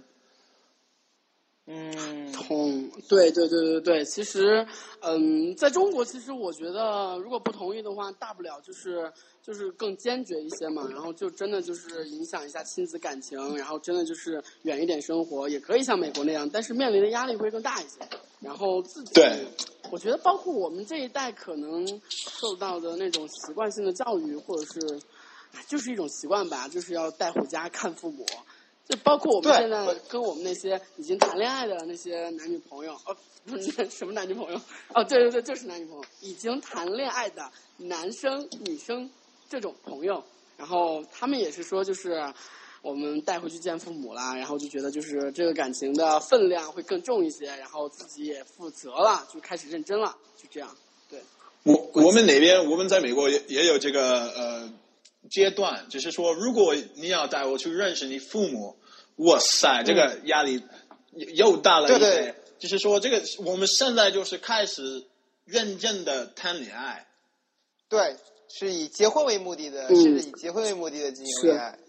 [SPEAKER 2] 对，其实，在中国，其实我觉得，如果不同意的话，大不了就是更坚决一些嘛，然后就真的就是影响一下亲子感情，然后真的就是远一点生活，也可以像美国那样，但是面临的压力会更大一些。然后自己，我觉得包括我们这一代可能受到的那种习惯性的教育，或者是，就是一种习惯吧，就是要带回家看父母。就包括我们现在跟我们那些已经谈恋爱的那些男女朋友，不是什么男女朋友，对，就是男女朋友，已经谈恋爱的男生、女生这种朋友，然后他们也是说，就是我们带回去见父母啦，然后就觉得就是这个感情的分量会更重一些，然后自己也负责了，就开始认真了，就这样。对，
[SPEAKER 4] 我们那边我们在美国也有这个阶段，就是说，如果你要带我去认识你父母，哇塞，这个压力又大了一倍。
[SPEAKER 1] 对，
[SPEAKER 4] 就是说，这个我们现在就是开始认真的谈恋爱。
[SPEAKER 1] 对，是以结婚为目的的，是以结婚为目的的进行恋爱。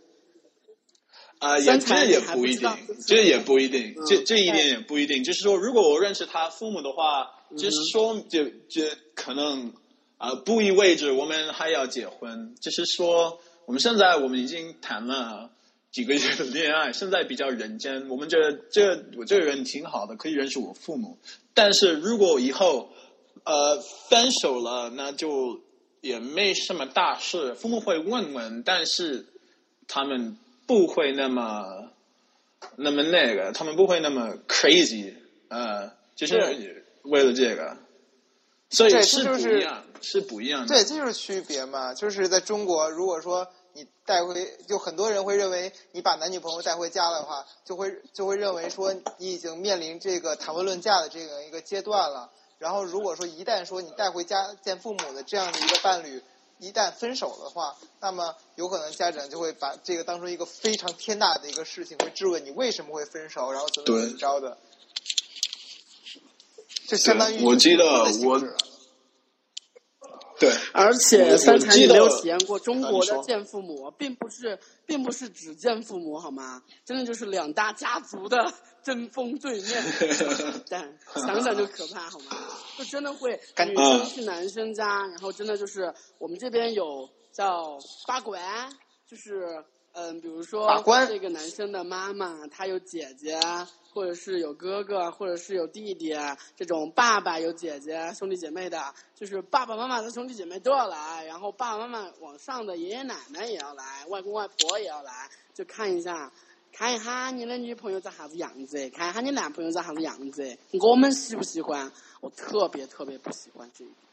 [SPEAKER 4] 这也不一定，这一点也不一定。就是说，如果我认识他父母的话，就是说，就可能不意味着我们还要结婚。就是说，我们已经谈了几个月的恋爱，现在比较认真。我们觉得我这个人挺好的，可以认识我父母。但是如果以后分手了，那就也没什么大事，父母会问问，但是他们不会那么那个，他们不会那么 crazy，就是为了这个，所以是不一样， 是不一样的。
[SPEAKER 1] 对，这就是区别嘛。就是在中国，如果说你带回，就很多人会认为你把男女朋友带回家的话，就会认为说你已经面临这个谈婚论嫁的这样一个阶段了。然后如果说一旦说你带回家见父母的这样的一个伴侣，一旦分手的话，那么有可能家长就会把这个当成一个非常天大的一个事情，会质问你为什么会分手，然后怎么着的。就相当于
[SPEAKER 4] 我记得我对，
[SPEAKER 2] 而且三产你没有体验过中国的见父母，并不是只见父母好吗？真的就是两大家族的针锋对面，但想想就可怕好吗？就真的会女生去男生家，然后真的就是我们这边有叫八管，就是比如说这个男生的妈妈，他有姐姐，或者是有哥哥，或者是有弟弟，这种爸爸有姐姐兄弟姐妹的，就是爸爸妈妈的兄弟姐妹都要来，然后爸爸妈妈往上的爷爷奶奶也要来，外公外婆也要来，就看一下你的女朋友长啥子样子，看一下你男朋友长啥子样子，我们喜不喜欢？我特别不喜欢这一点。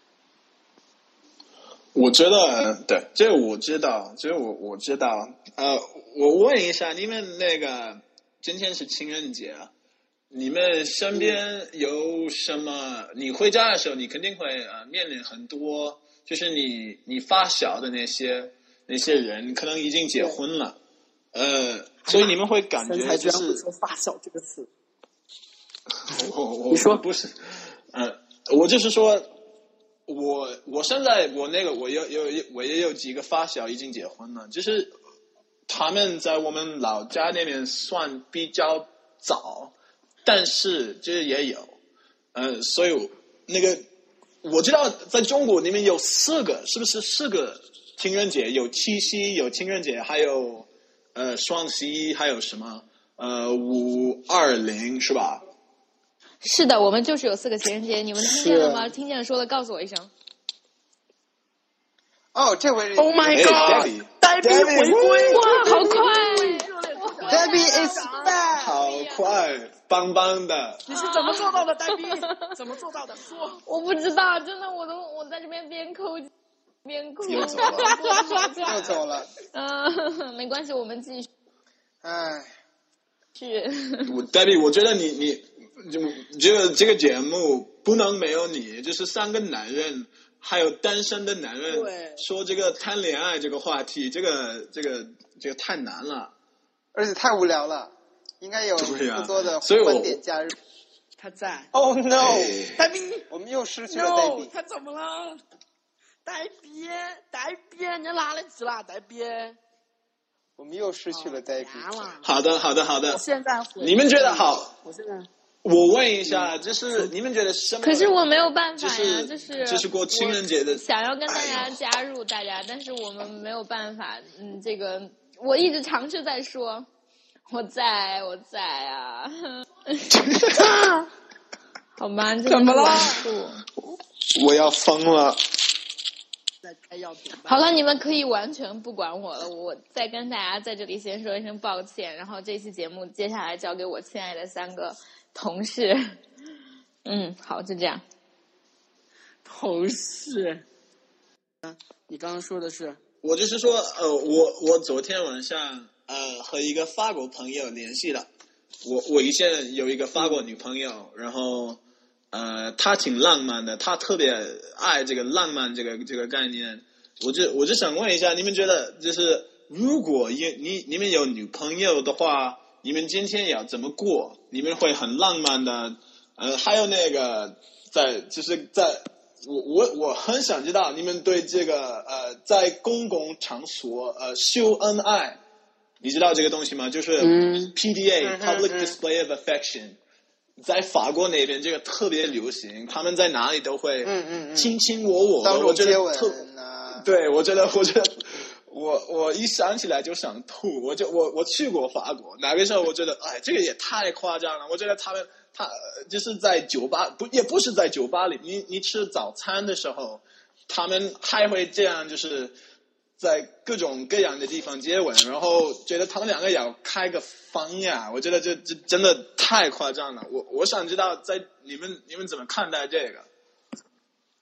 [SPEAKER 4] 我觉得对，这个我知道，我知道。我问一下，你们那个今天是情人节，你们身边有什么？你回家的时候，你肯定会面临很多，就是你发小的那些人，可能已经结婚了，所以你们会感觉就是。
[SPEAKER 2] 说发小这个词。
[SPEAKER 4] 你说不是？我就是说。我现在我也有几个发小已经结婚了，就是他们在我们老家那边算比较早，但是就是也有，所以那个我知道在中国你们有4个，是不是4个情人节？有七夕，有情人节，还有双十一，还有什么520是吧？
[SPEAKER 3] 是的，我们就是有4个情人节，你们听见了吗？听见了说的告诉我一声。
[SPEAKER 1] 哦，这回
[SPEAKER 2] Oh my God， 呆逼回归，
[SPEAKER 3] 哇，好快
[SPEAKER 1] ！Debbie is back，
[SPEAKER 4] 好快，棒棒的。
[SPEAKER 2] 你是怎么做到的，呆逼？怎么做到的？说。
[SPEAKER 3] 我不知道，真的，我在这边边抠边哭。
[SPEAKER 4] 又
[SPEAKER 1] 走了。
[SPEAKER 3] 没关系，我们继续。
[SPEAKER 1] 唉，
[SPEAKER 4] Debbie， 我觉得你这个节目不能没有你，就是3个男人还有单身的男人说这个谈恋爱这个话题，这个太难了，
[SPEAKER 1] 而且太无聊了，应该有更多的观点加入。
[SPEAKER 2] 他在。
[SPEAKER 1] Oh no，
[SPEAKER 2] 呆逼，
[SPEAKER 1] 我们又失去了呆逼。
[SPEAKER 2] 他怎么了？呆逼，你哪里去了？呆逼。
[SPEAKER 1] 我们又失去了呆逼。
[SPEAKER 4] 好的。
[SPEAKER 2] 现在
[SPEAKER 4] 你们觉得好？我问一下，
[SPEAKER 3] 嗯，
[SPEAKER 4] 就是你们觉得什么？
[SPEAKER 3] 可是我没有办法呀，
[SPEAKER 4] 就是过情人节的，
[SPEAKER 3] 想要跟大家加入大家，但是我们没有办法。这个我一直尝试在说，我在啊。好吧，
[SPEAKER 2] 怎么了？
[SPEAKER 4] 我要疯了。
[SPEAKER 3] 好了，你们可以完全不管我了。我再跟大家在这里先说一声抱歉，然后这期节目接下来交给我亲爱的3个同事。好，就这样。
[SPEAKER 2] 同事，你刚刚说的是？
[SPEAKER 4] 我就是说，我昨天晚上和一个法国朋友联系了。我以前有一个法国女朋友，然后她挺浪漫的，她特别爱这个浪漫这个概念。我就想问一下，你们觉得就是如果你们有女朋友的话，你们今天要怎么过？你们会很浪漫的？还有那个我很想知道你们对这个在公共场所秀恩爱，你知道这个东西吗？就是 PDA Public Display of Affection， 在法国那边这个特别流行，他们在哪里都会卿卿我的，我觉得对，我觉得我一想起来就想吐。我去过法国，那个时候我觉得这个也太夸张了。我觉得他就是在酒吧，也不是在酒吧里，你吃早餐的时候，他们还会这样，就是在各种各样的地方接吻，然后觉得他们2个要开个房呀。我觉得这真的太夸张了。我想知道你们怎么看待这个？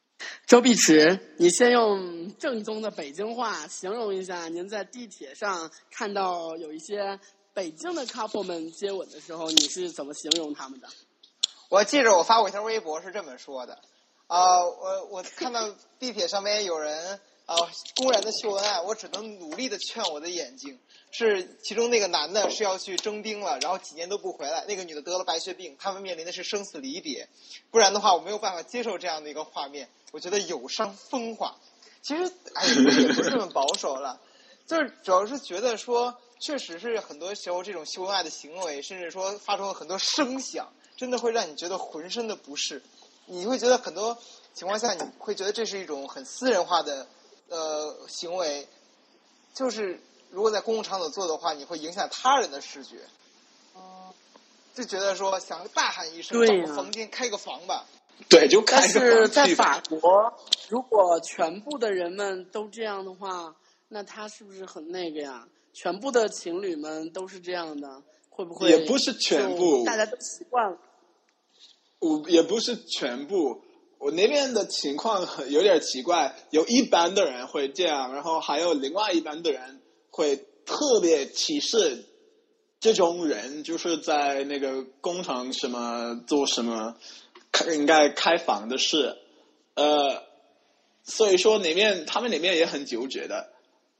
[SPEAKER 2] 周碧池，你先用正宗的北京话形容一下，您在地铁上看到有一些北京的 couple 们接吻的时候，你是怎么形容他们的？
[SPEAKER 1] 我记着我发过一条微博是这么说的，我看到地铁上面有人公然的秀恩爱，我只能努力的劝我的眼睛。是其中那个男的是要去征兵了，然后几年都不回来，那个女的得了白血病，他们面临的是生死离别，不然的话我没有办法接受这样的一个画面，我觉得有伤风化。其实我也不是这么保守了，就是主要是觉得说确实是很多时候这种秀恩爱的行为，甚至说发出了很多声响，真的会让你觉得浑身的不适，你会觉得很多情况下你会觉得这是一种很私人化的行为，就是如果在公共场所做的话，你会影响他人的视觉。就觉得说想大喊一声，找个房间开个房吧。
[SPEAKER 4] 对，就开个房。
[SPEAKER 2] 但是在法国，如果全部的人们都这样的话，那他是不是很那个呀？全部的情侣们都是这样的，会不会？
[SPEAKER 4] 也不是全部，
[SPEAKER 2] 大家都习惯了。
[SPEAKER 4] 也不是全部。我那边的情况有点奇怪，有一般的人会这样，然后还有另外一般的人会特别歧视这种人，就是在那个工厂什么做什么应该开房的事，所以说他们那边也很纠结的。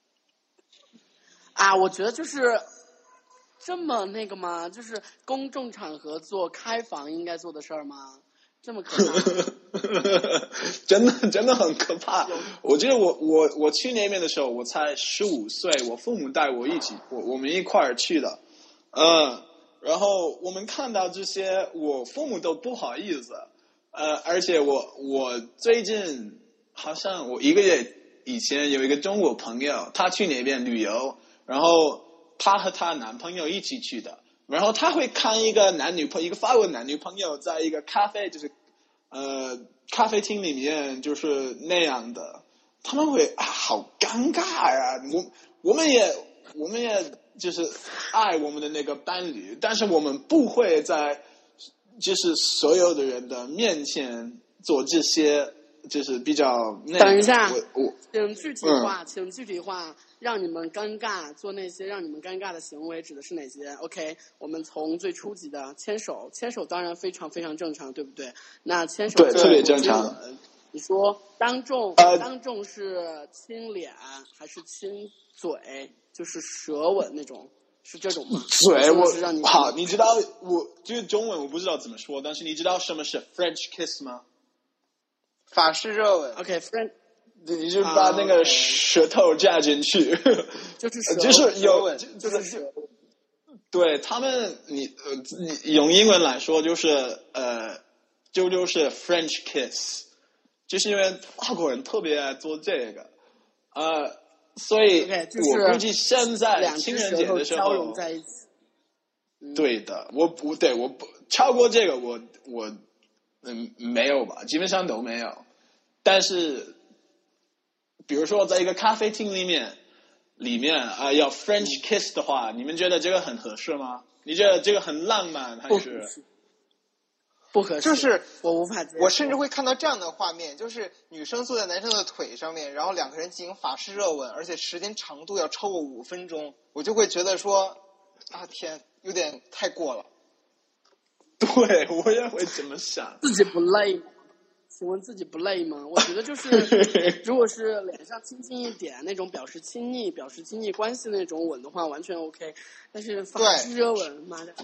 [SPEAKER 2] 我觉得就是这么那个吗？就是公众场合做开房应该做的事儿吗？这么可怕？
[SPEAKER 4] 真的很可怕。我记得我去那边的时候，我才15岁，我父母带我我们一块儿去的，然后我们看到这些，我父母都不好意思，而且我最近好像我1个月以前有一个中国朋友，他去那边旅游，然后他和她男朋友一起去的。然后他会看一个法国男女朋友在一个咖啡咖啡厅里面就是那样的，他们会好尴尬呀。我们也就是爱我们的那个伴侣，但是我们不会在就是所有的人的面前做这些就是比较那个。
[SPEAKER 2] 等一下，请具体化。让你们尴尬，做那些让你们尴尬的行为指的是哪些 ？OK， 我们从最初级的牵手当然非常非常正常，对不对？那牵手
[SPEAKER 4] 对特别正常。
[SPEAKER 2] 你说当众是亲脸还是亲嘴？就是舌吻那种，是这种吗？
[SPEAKER 4] 嘴
[SPEAKER 2] 好，
[SPEAKER 4] 你知道就是中文我不知道怎么说，但是你知道什么是 French kiss 吗？
[SPEAKER 1] 法式热吻。
[SPEAKER 2] OK，French。
[SPEAKER 4] 你就把那个舌头加进去，就是有，就是对他们，你用英文来说就是就是 French kiss， 就是因为法国人特别爱做这个，所以我估计现在情人节的时候，
[SPEAKER 2] 融在一起。
[SPEAKER 4] 对的，我超过这个我没有吧，基本上都没有，但是。比如说，在一个咖啡厅里面要 French kiss 的话，你们觉得这个很合适吗？你觉得这个很浪漫还是
[SPEAKER 2] 不合适？
[SPEAKER 1] 就是
[SPEAKER 2] 我无法接受。
[SPEAKER 1] 我甚至会看到这样的画面，就是女生坐在男生的腿上面，然后2个人进行法式热吻，而且时间长度要超过5分钟，我就会觉得说，天，有点太过了。
[SPEAKER 4] 对，我也会这么想。
[SPEAKER 2] 自己不累吗？请问自己不累吗？我觉得就是，如果是脸上亲近一点那种表示亲昵关系那种吻的话，完全 OK。但是法式热吻，妈的，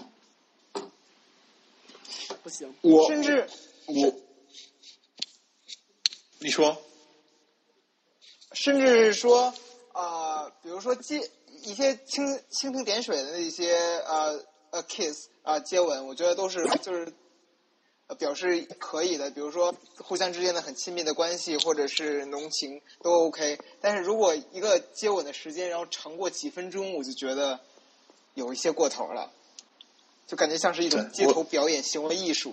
[SPEAKER 2] 不行。
[SPEAKER 1] 甚至
[SPEAKER 4] 你说，
[SPEAKER 1] 甚至说比如说一些蜻蜓点水的那些kiss 接吻，我觉得都是就是。表示可以的，比如说互相之间的很亲密的关系，或者是浓情都 OK。但是如果一个接吻的时间然后长过几分钟，我就觉得有一些过头了，就感觉像是一种街头表演行为艺术。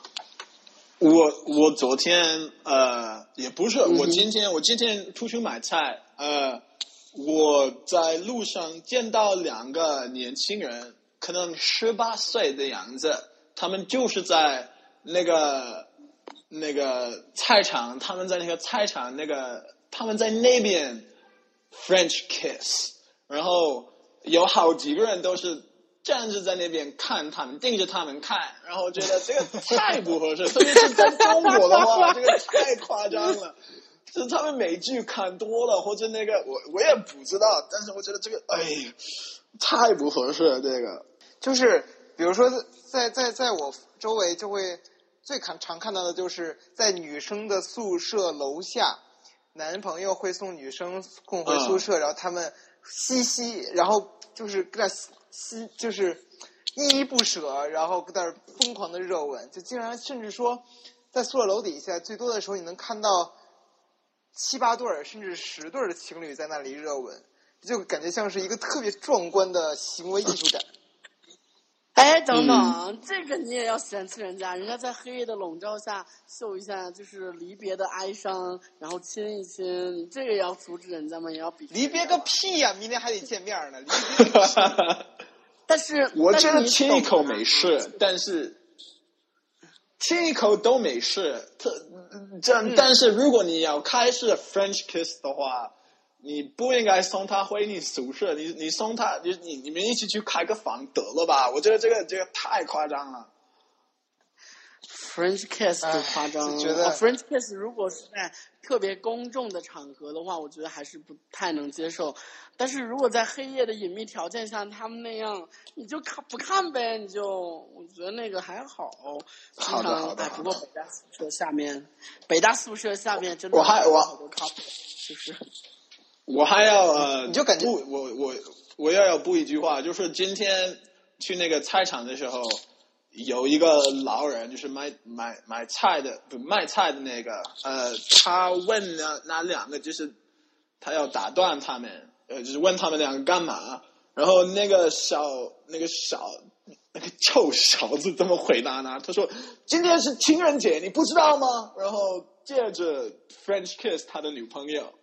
[SPEAKER 4] 我昨天也不是，我今天出去买菜，我在路上见到2个年轻人，可能18岁的样子，他们就是在那个那个菜场，他们在那个菜场他们在那边 French kiss， 然后有好几个人都是站着在那边看他们，盯着他们看，然后觉得这个太不合适，特别是在中国的话，这个太夸张了。就是他们美剧看多了，或者那个我也不知道，但是我觉得这个太不合适了。这个
[SPEAKER 1] 就是比如说在我周围就会最常看到的就是在女生的宿舍楼下，男朋友会送女生送回宿舍，然后他们嬉，然后就是跟那嬉，就是依依不舍，然后跟那疯狂的热吻，就竟然甚至说在宿舍楼底下最多的时候你能看到7、8对甚至10对的情侣在那里热吻，就感觉像是一个特别壮观的行为艺术展。
[SPEAKER 2] 哎，等等，这个你也要嫌弃人家，人家在黑夜的笼罩下秀一下就是离别的哀伤，然后亲一亲，你这个也要阻止人家吗？也要比
[SPEAKER 1] 离别个屁呀、明天还得见面呢，离别个屁。
[SPEAKER 2] 但是
[SPEAKER 4] 我觉得亲一口没事，但是亲一口都没事。但是如果你要开始 French kiss 的话，你不应该送他回你宿舍，你送他，你们一起去开个房得了吧？我觉得这个太夸张了。
[SPEAKER 2] French kiss 就夸张了，
[SPEAKER 1] 觉得
[SPEAKER 2] French kiss 如果是在特别公众的场合的话，我觉得还是不太能接受。但是如果在黑夜的隐秘条件下，他们那样，你就不看呗，我觉得那个还好。
[SPEAKER 4] 好的。
[SPEAKER 2] 不过北大宿舍下面真的有好多 couple， 就是。
[SPEAKER 4] 我还要
[SPEAKER 1] 你就感觉
[SPEAKER 4] 我要补一句话，就是今天去那个菜场的时候，有一个老人，就是卖菜的，不卖菜的那个，他问那两个，就是他要打断他们，就是问他们两个干嘛，然后那个臭小子怎么回答呢？他说今天是情人节，你不知道吗？然后接着 French kiss 他的女朋友。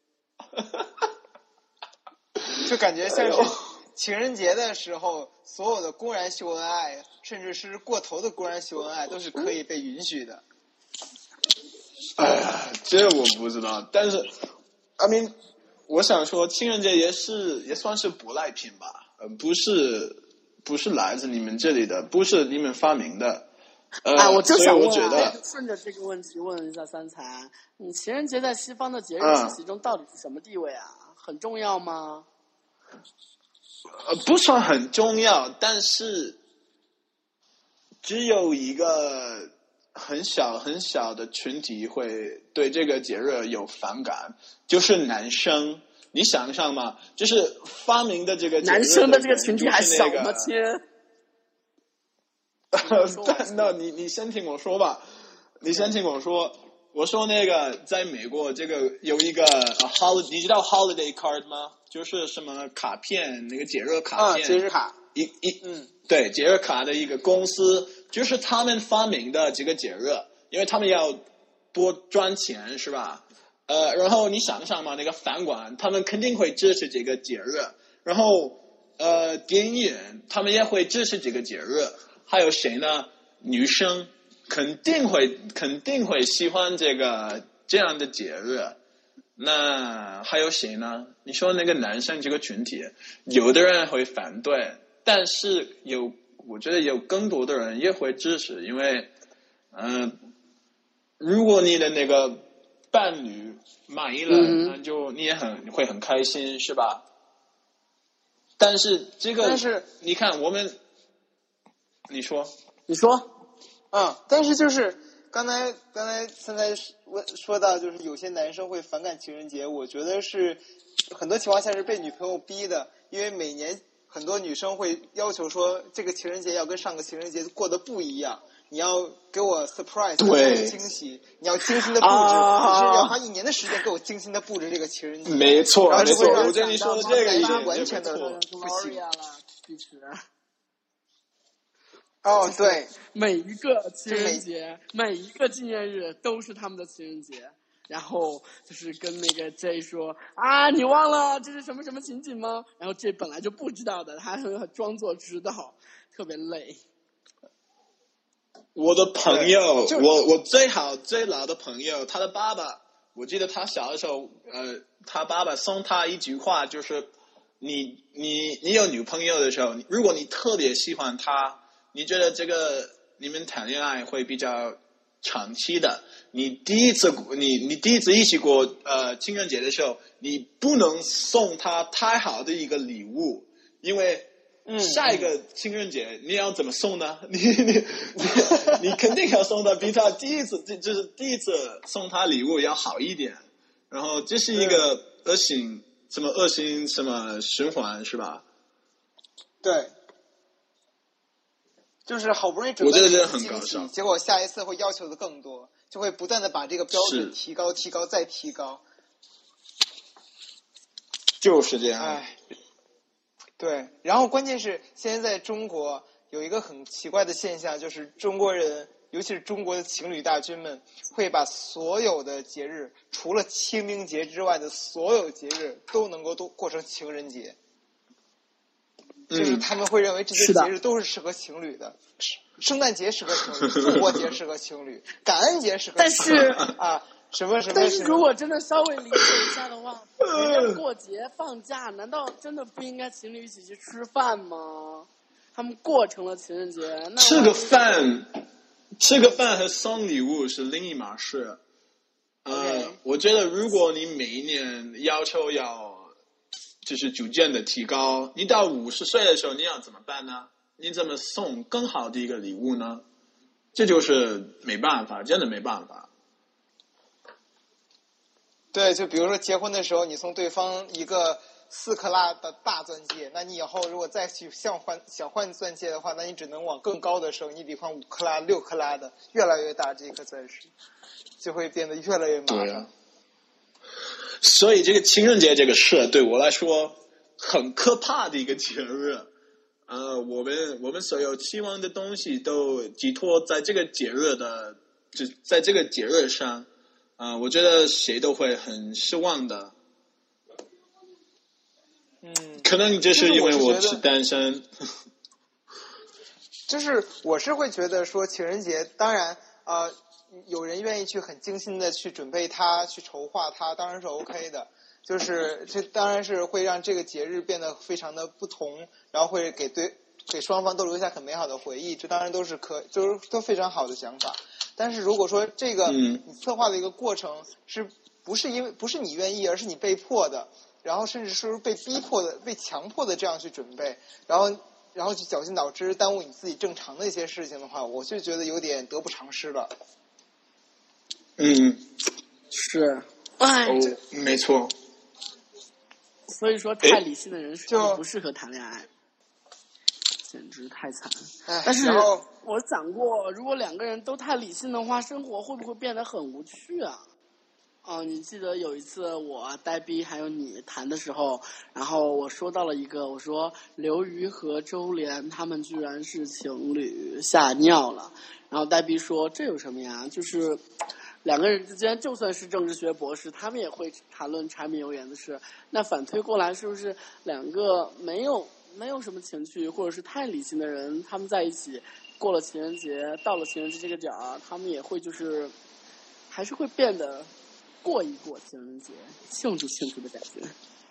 [SPEAKER 1] 就感觉像是情人节的时候，所有的公然秀恩爱，甚至是过头的公然秀恩爱，都是可以被允许的。
[SPEAKER 4] 哎呀，这我不知道，但是I mean，我想说，情人节也算是舶来品吧，不是来自你们这里的，不是你们发明的。
[SPEAKER 2] 我就想问，
[SPEAKER 4] 顺
[SPEAKER 2] 着这个问题问一下三才，你情人节在西方的节日体系中到底是什么地位啊？很重要吗？
[SPEAKER 4] 不算很重要，但是只有一个很小很小的群体会对这个节日有反感，就是男生。你想象嘛，就是发明的这个节日
[SPEAKER 2] 男生的这个群体还小吗？亲。
[SPEAKER 4] 那你先听我说吧，你先听我说。我说那个在美国这个有一个你知道 holiday card 吗？就是什么卡片，那个节日卡片，
[SPEAKER 1] 节日卡，
[SPEAKER 4] 对，节日卡的一个公司，就是他们发明的这个节日，因为他们要多赚钱，是吧？然后你想想嘛，那个饭馆他们肯定会支持这个节日，然后电影人他们也会支持这个节日，还有谁呢？女生肯定会喜欢这样的节日。那还有谁呢？你说那个男生这个群体，有的人会反对，但是我觉得有更多的人也会支持，因为如果你的那个伴侣满意了，那就你也会很开心，是吧？但是你看你说，
[SPEAKER 1] 但是就是刚才现在说到，就是有些男生会反感情人节，我觉得是很多情况下是被女朋友逼的，因为每年很多女生会要求说这个情人节要跟上个情人节过得不一样，你要给我 surprise， 给我惊喜，你要精心的布置，你是要花1年的时间给我精心的布置这个情人节。
[SPEAKER 4] 没错，
[SPEAKER 1] 没错，
[SPEAKER 4] 我跟你说的这个已经
[SPEAKER 1] 完全的
[SPEAKER 2] 不行了，其实。
[SPEAKER 1] 对，
[SPEAKER 2] 每一个情人节，每一个纪念日都是他们的情人节。然后就是跟那个 J 说啊，你忘了这是什么什么情景吗？然后 J 本来就不知道的，他装作知道，特别累。
[SPEAKER 4] 我的朋友，我最老的朋友，他的爸爸，我记得他小的时候，他爸爸送他一句话，就是你有女朋友的时候，如果你特别喜欢她，你觉得这个你们谈恋爱会比较长期的。你第一次一起过情人节的时候，你不能送她太好的一个礼物，因为下一个情人节你要怎么送呢？你肯定要送的比他第一次送他礼物要好一点，然后这是一个恶性什么循环是吧？
[SPEAKER 1] 对，就是好不容易准备
[SPEAKER 4] 我觉得这很搞笑，
[SPEAKER 1] 结果下一次会要求的更多，就会不断的把这个标准提高再提高，
[SPEAKER 4] 就是这样。
[SPEAKER 1] 哎。对，然后关键是现在在中国有一个很奇怪的现象，就是中国人，尤其是中国的情侣大军们，会把所有的节日，除了清明节之外的所有节日，都能够过成情人节。就是他们会认为这些节日都是适合情侣的，圣诞节适合情侣，复活节适合情侣，感恩节适合情侣，啊。什么？
[SPEAKER 2] 但是如果真的稍微理解一下的话，人家过节放假，难道真的不应该情侣一起去吃饭吗？他们过成了情人节，那
[SPEAKER 4] 吃个饭和送礼物是另一码事。我觉得如果你每一年要求就是逐渐的提高，你到50岁的时候你要怎么办呢？你怎么送更好的一个礼物呢？这就是没办法，真的没办法。
[SPEAKER 1] 对，就比如说结婚的时候，你送对方一个4克拉的大钻戒，那你以后如果再去想换钻戒的话，那你只能往更高的时候，你得换5克拉、6克拉的，越来越大，这颗钻石就会变得越来越麻烦。
[SPEAKER 4] 所以这个情人节这个事对我来说很可怕的一个节日。我们所有期望的东西都寄托在这个节日上。我觉得谁都会很失望的。可能就是因为我是单身。
[SPEAKER 1] 就是我是会觉得说情人节，当然有人愿意去很精心的去准备它，去筹划它，当然是 OK 的。就是这当然是会让这个节日变得非常的不同，然后会给双方都留下很美好的回忆，这当然就是都非常好的想法。但是如果说这个你策划的一个过程不是你愿意，而是你被迫的，然后甚至是被逼迫的、被强迫的这样去准备，然后去绞尽脑汁耽误你自己正常的一些事情的话，我就觉得有点得不偿失了。
[SPEAKER 2] 是，
[SPEAKER 4] 没错。
[SPEAKER 2] 所以说，太理性的人就不适合谈恋爱。简直太惨。但是我想过，如果2个人都太理性的话，生活会不会变得很无趣啊？你记得有一次我呆逼还有你谈的时候，然后我说到了我说刘瑜和周莲他们居然是情侣，吓尿了。然后呆逼说这有什么呀？就是2个人之间就算是政治学博士，他们也会谈论柴米油盐的事。那反推过来，是不是2个没有什么情趣或者是太理性的人，他们在一起过了情人节，到了情人节这个点儿，他们也会就是还是会变得过一过情人节，庆祝的感觉。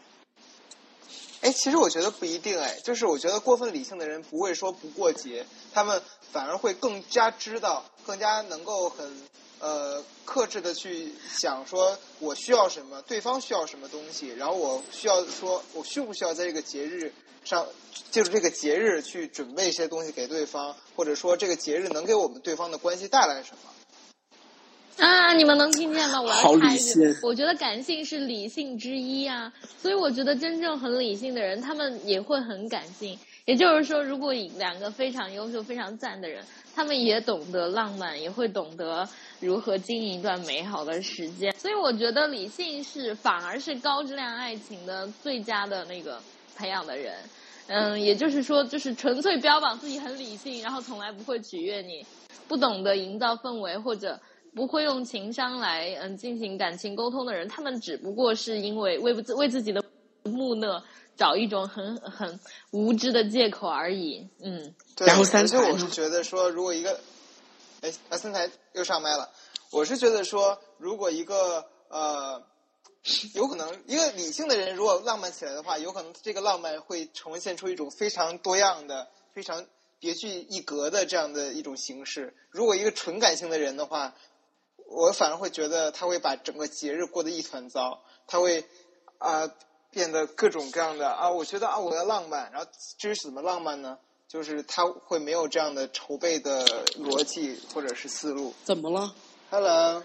[SPEAKER 1] 其实我觉得不一定。就是我觉得过分理性的人不会说不过节，他们反而会更加知道，更加能够很克制的去想说我需要什么，对方需要什么东西，然后我需不需要在这个节日上借助这个节日去准备一些东西给对方，或者说这个节日能给我们对方的关系带来什么。
[SPEAKER 3] 你们能听见吗？我要插一句，我觉得感性是理性之一啊，所以我觉得真正很理性的人，他们也会很感性。也就是说，如果2个非常优秀、非常赞的人，他们也懂得浪漫，也会懂得如何经营一段美好的时间。所以我觉得理性反而是高质量爱情的最佳的那个培养的人。也就是说，就是纯粹标榜自己很理性，然后从来不会取悦你，不懂得营造氛围，或者不会用情商来进行感情沟通的人，他们只不过是因为为自己的木讷找一种很无知的借口而已。
[SPEAKER 1] 对，然后而且我是觉得说，如果一个森台又上麦了。我是觉得说，如果一个有可能一个理性的人如果浪漫起来的话，有可能这个浪漫会呈现出一种非常多样的、非常别具一格的这样的一种形式。如果一个纯感性的人的话，我反而会觉得他会把整个节日过得一团糟，他会变得各种各样的我觉得我要浪漫，然后至于怎么浪漫呢？就是他会没有这样的筹备的逻辑或者是思路。
[SPEAKER 2] 怎么了
[SPEAKER 1] ？Hello。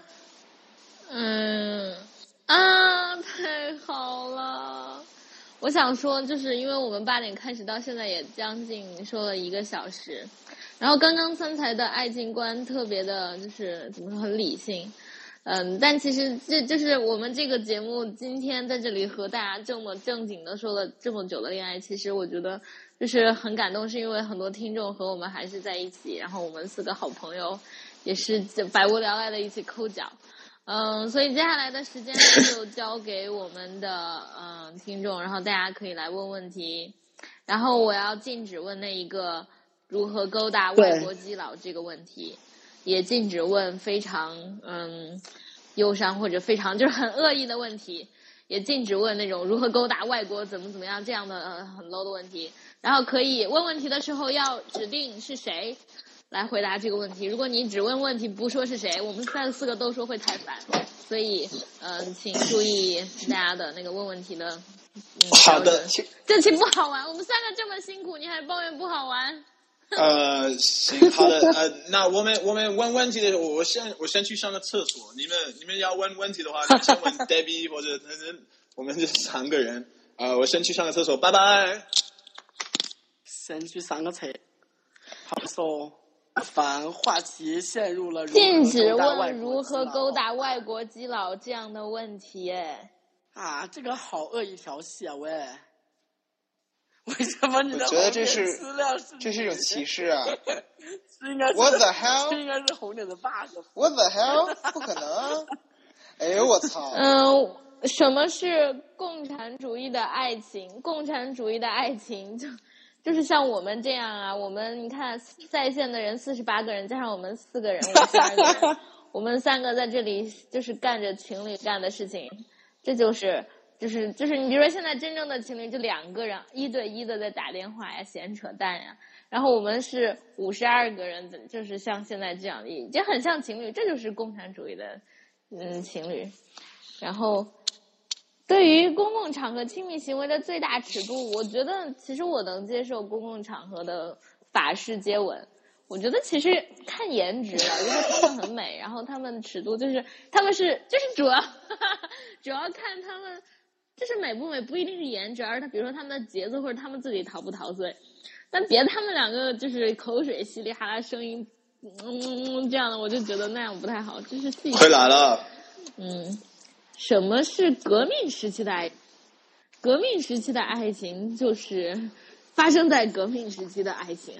[SPEAKER 3] 太好了！我想说，就是因为我们8点开始到现在也将近说了1个小时，然后刚刚三才的爱情观特别的，就是怎么说很理性，但其实这就是我们这个节目今天在这里和大家这么正经的说了这么久的恋爱，其实我觉得就是很感动，是因为很多听众和我们还是在一起，然后我们4个好朋友也是百无聊赖的一起抠脚。所以接下来的时间就交给我们的听众，然后大家可以来问问题，然后我要禁止问那一个如何勾搭外国基佬这个问题，也禁止问非常忧伤或者非常就是很恶意的问题，也禁止问那种如何勾搭外国怎么样这样的很 low 的问题，然后可以问问题的时候要指定是谁来回答这个问题。如果你只问问题不说是谁，我们4个都说会太烦，所以请注意大家的那个问问题的
[SPEAKER 4] 好的，
[SPEAKER 3] 这期不好玩，我们3个这么辛苦，你还抱怨不好玩？
[SPEAKER 4] 行，好的，那我们问问题的时候，我先去上个厕所。你们要问问题的话，你先问 Debbie 或者我们这3个人。我先去上个厕所，拜拜。
[SPEAKER 2] 先去上个厕。好说。反话题陷入了
[SPEAKER 3] 禁止问如何勾搭外国基佬这样的问题。
[SPEAKER 2] 这个好恶意调戏啊！喂，为什么你的
[SPEAKER 1] 我觉得这
[SPEAKER 2] 是
[SPEAKER 1] 一种歧视啊！
[SPEAKER 2] 这应该是
[SPEAKER 1] What the hell？
[SPEAKER 2] 这应该是红点的 bug。
[SPEAKER 1] What the hell？ 不可能！哎呦我操！
[SPEAKER 3] 什么是共产主义的爱情？共产主义的爱情就是像我们这样啊，我们你看在线的人48个人，加上我们4个人52个人，我们3个在这里就是干着情侣干的事情，这就是你比如说现在真正的情侣就2个人1对1的在打电话呀、闲扯淡呀，然后我们是52个人，就是像现在这样已经很像情侣，这就是共产主义的情侣。然后对于公共场合亲密行为的最大尺度，我觉得其实我能接受公共场合的法式接吻。我觉得其实看颜值了，如果他们很美，然后他们尺度就是主要看他们就是美不美，不一定是颜值，而他比如说他们的节奏或者他们自己陶不陶醉。但别他们2个就是口水稀里哈啦，声音这样的，我就觉得那样不太好。就是自己
[SPEAKER 4] 回来了。
[SPEAKER 3] 什么是革命时期的爱？革命时期的爱情就是发生在革命时期的爱情。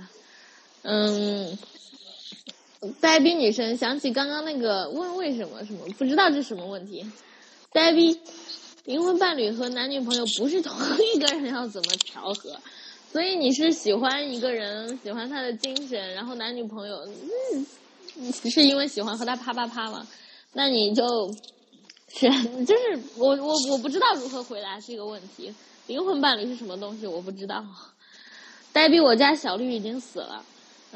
[SPEAKER 3] 呆逼女生想起刚刚那个问为什么不知道这是什么问题。呆逼灵魂伴侣和男女朋友不是同一个人，要怎么调和？所以你是喜欢一个人，喜欢他的精神，然后男女朋友是因为喜欢和他啪啪啪吗？那你就是我不知道如何回答这个问题。灵魂伴侣是什么东西我不知道。呆逼我家小绿已经死了。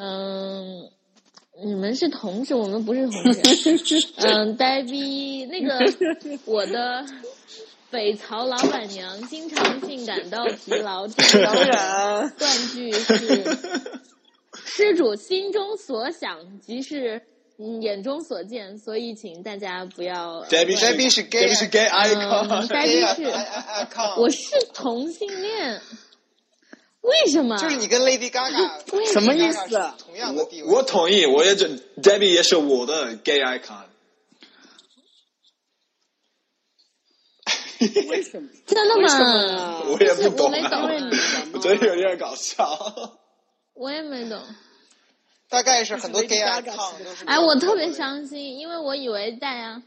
[SPEAKER 3] 你们是同志，我们不是同志。呆逼那个我的北曹老板娘经常性感到疲劳，这个断句是施主心中所想即是眼中所见，所以请大家不要。
[SPEAKER 1] Debbie 是 gay icon，
[SPEAKER 3] Debbie 是我是同性恋，为什么？
[SPEAKER 1] 就是你跟 Lady Gaga
[SPEAKER 2] 什么意思？
[SPEAKER 1] 同样的地位。
[SPEAKER 4] 我同意，我也觉得 Debbie 也是我的 gay icon。
[SPEAKER 2] 为什么？
[SPEAKER 3] 真的吗？
[SPEAKER 4] 我也不懂，
[SPEAKER 3] 我没懂，
[SPEAKER 4] 我觉得有点搞笑。
[SPEAKER 3] 我也没懂。
[SPEAKER 1] 大概是很多 gay icon 都是。
[SPEAKER 3] 哎，我特别伤心，因为我以为大家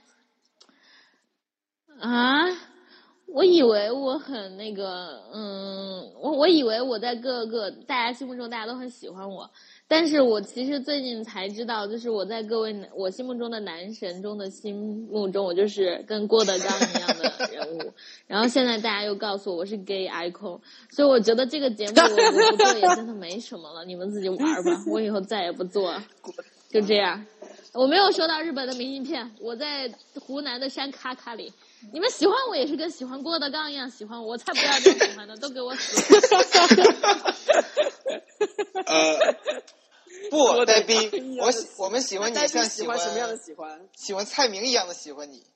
[SPEAKER 3] 我以为我很那个，我
[SPEAKER 5] 我以为我在各个大家心目中大家都很喜欢我，但是我其实最近才知道，就是我在我心目中的男神中的心目中，我就是跟郭德纲一样的人物。然后现在大家又告诉我是 gay icon， 所以我觉得这个节目我不做也真的没什么了，你们自己玩吧，我以后再也不做了，就这样。我没有收到日本的明信片，我在湖南的山卡卡里。你们喜欢我也是跟喜欢郭德纲一样喜欢我，我才不要这样喜欢的，都给我死！
[SPEAKER 1] 不，呆逼，我们喜欢你像
[SPEAKER 2] 喜欢什么样的喜欢？
[SPEAKER 1] 喜欢蔡明一样的喜欢你。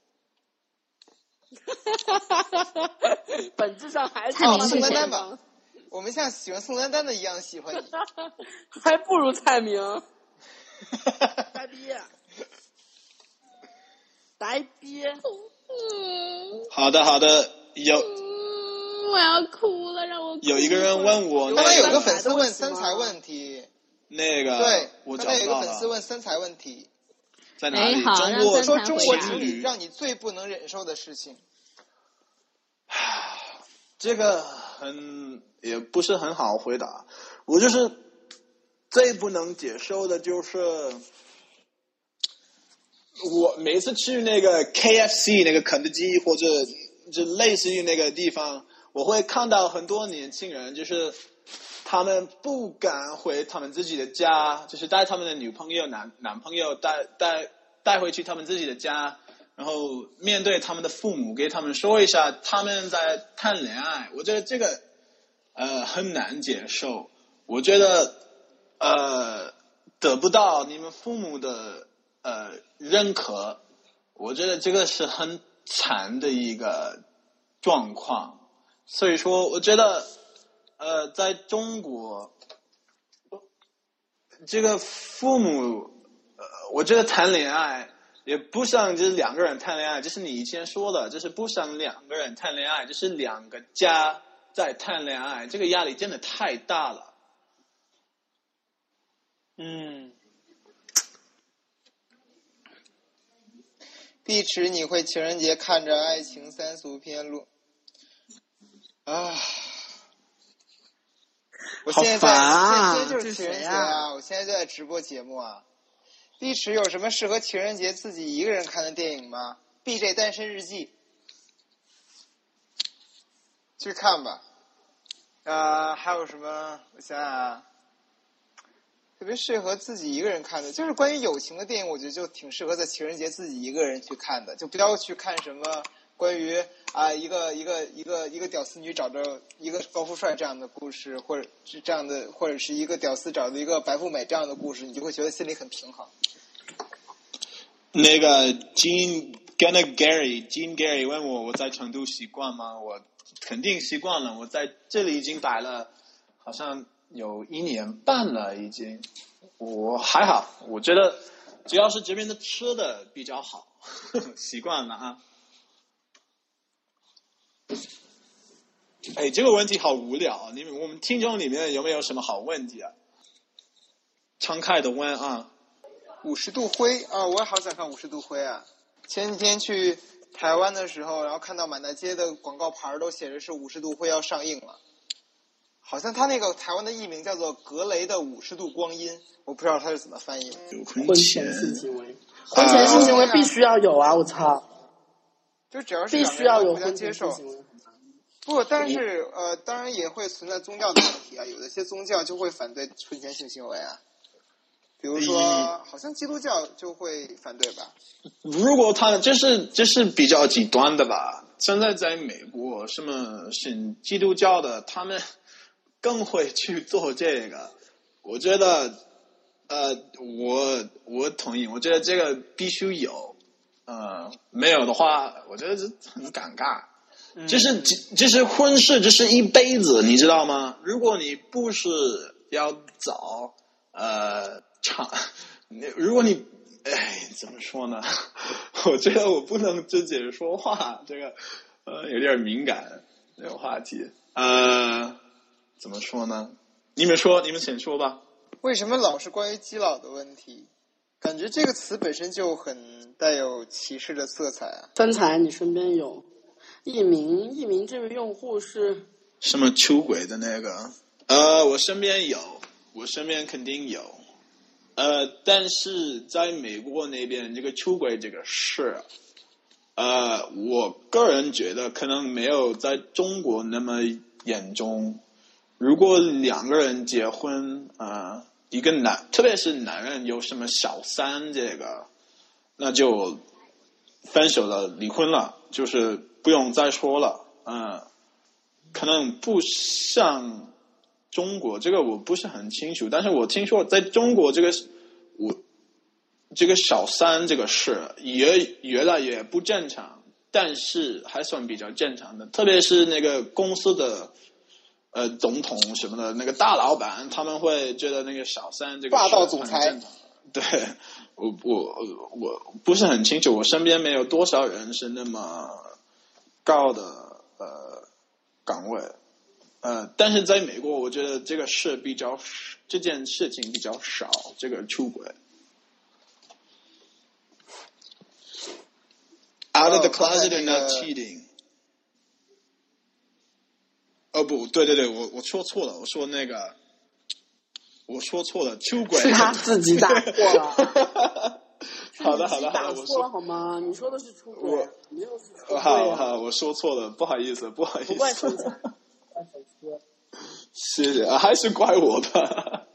[SPEAKER 2] 本质上还是
[SPEAKER 1] 宋丹丹吧，我们像喜欢宋丹丹的一样喜欢你，
[SPEAKER 2] 还不如蔡明。呆逼，呆逼。
[SPEAKER 4] 好的，
[SPEAKER 5] 我要哭了，让我哭。
[SPEAKER 4] 有一个人问我，
[SPEAKER 1] 刚才有个粉丝问身材问题，
[SPEAKER 4] 那个
[SPEAKER 1] 对，
[SPEAKER 4] 我
[SPEAKER 1] 刚才有一个粉丝问身材问题，
[SPEAKER 4] 在哪里？
[SPEAKER 1] 中国情侣让你最不能忍受的事情。
[SPEAKER 4] 这个也不是很好回答，我就是最不能接受的就是我每次去那个 KFC 那个肯德基或者就类似于那个地方，我会看到很多年轻人，就是他们不敢回他们自己的家，就是带他们的女朋友、男朋友带回去他们自己的家，然后面对他们的父母，给他们说一下他们在谈恋爱。我觉得这个很难接受，我觉得得不到你们父母的认可，我觉得这个是很惨的一个状况。所以说我觉得在中国这个父母我觉得谈恋爱也不像就是两个人谈恋爱，就是你以前说的，就是不像两个人谈恋爱，就是两个家在谈恋爱，这个压力真的太大了。
[SPEAKER 1] 碧池，你会情人节看着爱情三俗片录啊？我现在就是情人节啊！我现在就在直播节目啊。碧池有什么适合情人节自己一个人看的电影吗 ？BJ 单身日记，去看吧。还有什么？我想想啊，特别适合自己一个人看的，就是关于友情的电影，我觉得就挺适合在情人节自己一个人去看的，就不要去看什么关于一个屌丝女找着一个高富帅这样的故事，或者是这样的，或者是一个屌丝找着一个白富美这样的故事，你就会觉得心里很平衡。
[SPEAKER 4] 那个 Gene Gary 问我在成都习惯吗？我肯定习惯了，我在这里已经待了好像有1年半了已经，我还好，我觉得只要是这边的吃的比较好，习惯了啊。这个问题好无聊，我们听众里面有没有什么好问题啊？慷慨的问啊。
[SPEAKER 1] 50度灰啊，我也好想看50度灰啊！前几天去台湾的时候，然后看到满大街的广告牌都写着是50度灰要上映了，好像他那个台湾的译名叫做格雷的50度光阴，我不知道他是怎么翻译的。
[SPEAKER 2] 婚前性行为，婚前性行为必须要有啊！我操，
[SPEAKER 1] 就只要是
[SPEAKER 2] 必须要有
[SPEAKER 1] 婚前性行为。不，但是当然也会存在宗教的问题啊，有的些宗教就会反对婚前性行为啊。比如说，好像基督教就会反对吧？
[SPEAKER 4] 如果他这是比较极端的吧？现在在美国，什么信基督教的，他们更会去做这个。我觉得，我同意，我觉得这个必须有，没有的话，我觉得这很尴尬。就是婚事，这是一辈子，你知道吗？如果你不是要早，如果你怎么说呢？我觉得我不能直接说话，这个有点敏感这个话题。怎么说呢？你们先说吧。
[SPEAKER 1] 为什么老是关于基佬的问题？感觉这个词本身就很带有歧视的色彩啊。
[SPEAKER 2] 身材，你身边有艺名这位用户是
[SPEAKER 4] 什么出轨的那个？我身边有，我身边肯定有。但是在美国那边，这个出轨这个事，我个人觉得可能没有在中国那么严重。如果两个人结婚，一个特别是男人有什么小三这个，那就分手了，离婚了，就是不用再说了。可能不像中国，这个我不是很清楚，但是我听说在中国这个小三这个事也越来越不正常，但是还算比较正常的，特别是那个公司的总统什么的那个大老板，他们会觉得那个小三这个
[SPEAKER 1] 霸道总裁。
[SPEAKER 4] 对，我不是很清楚，我身边没有多少人是那么高的岗位。但是在美国，我觉得这件事情比较少，这个出轨。Out of the closet and not cheating。不对，我说错了，我说错了，出轨
[SPEAKER 2] 是他自己打错了。
[SPEAKER 4] 好的，
[SPEAKER 2] 打错了好吗？你说的是出轨，没有是出轨。
[SPEAKER 4] 好，我说错了，不好意思。不
[SPEAKER 2] 怪粉丝。
[SPEAKER 4] 谢谢，还是怪我的。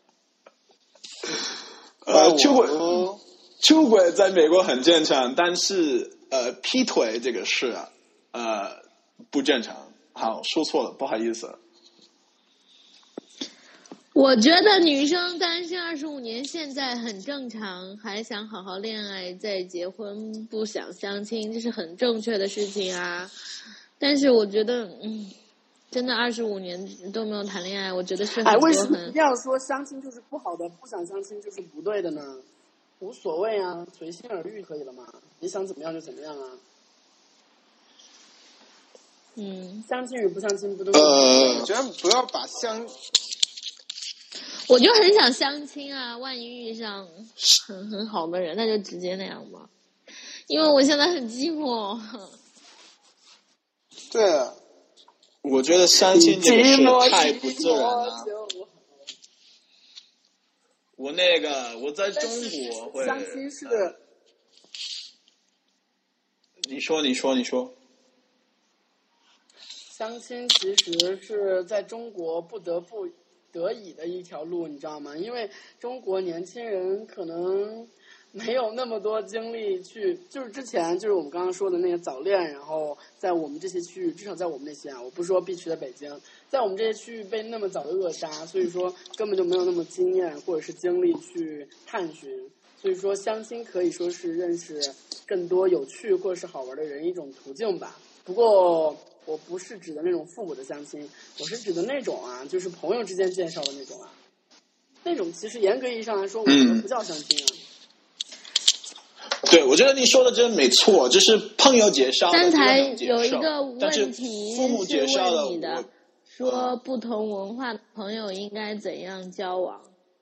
[SPEAKER 4] 出轨在美国很正常，但是劈腿这个事不正常。好，说错了，不好意思。
[SPEAKER 5] 我觉得女生单身25年现在很正常，还想好好恋爱再结婚，不想相亲，这是很正确的事情啊。但是我觉得，真的25年都没有谈恋爱，我觉得是很多
[SPEAKER 2] 为什么这样说相亲就是不好的，不想相亲就是不对的呢？无所谓啊，随心而欲可以了嘛，你想怎么样就怎么样啊。相亲与不相亲不都是？
[SPEAKER 1] 我觉得不要把
[SPEAKER 5] 我就很想相亲啊，万一遇上很好的人，那就直接那样吧。因为我现在很寂寞。
[SPEAKER 1] 对，
[SPEAKER 4] 我觉得相亲这个事太不自然了。我在中国会
[SPEAKER 2] 相亲是
[SPEAKER 4] 你说。
[SPEAKER 2] 相亲其实是在中国不得已的一条路，你知道吗？因为中国年轻人可能没有那么多精力去，就是之前就是我们刚刚说的那个早恋，然后在我们这些区域，至少在我们那些我不是说必须在北京，在我们这些区域被那么早的扼杀，所以说根本就没有那么经验或者是精力去探寻，所以说相亲可以说是认识更多有趣或者是好玩的人一种途径吧。不过我不是指的那种父母的相亲，我是指的那种就是朋友之间介绍的那种那种其实严格意义上来说，我觉得不叫相亲
[SPEAKER 4] 对，我觉得你说的真没错，就是朋友介绍的。
[SPEAKER 5] 刚才有一个问题
[SPEAKER 4] 父母介绍
[SPEAKER 5] 是问你的，说不同文化的朋友应该怎样交往？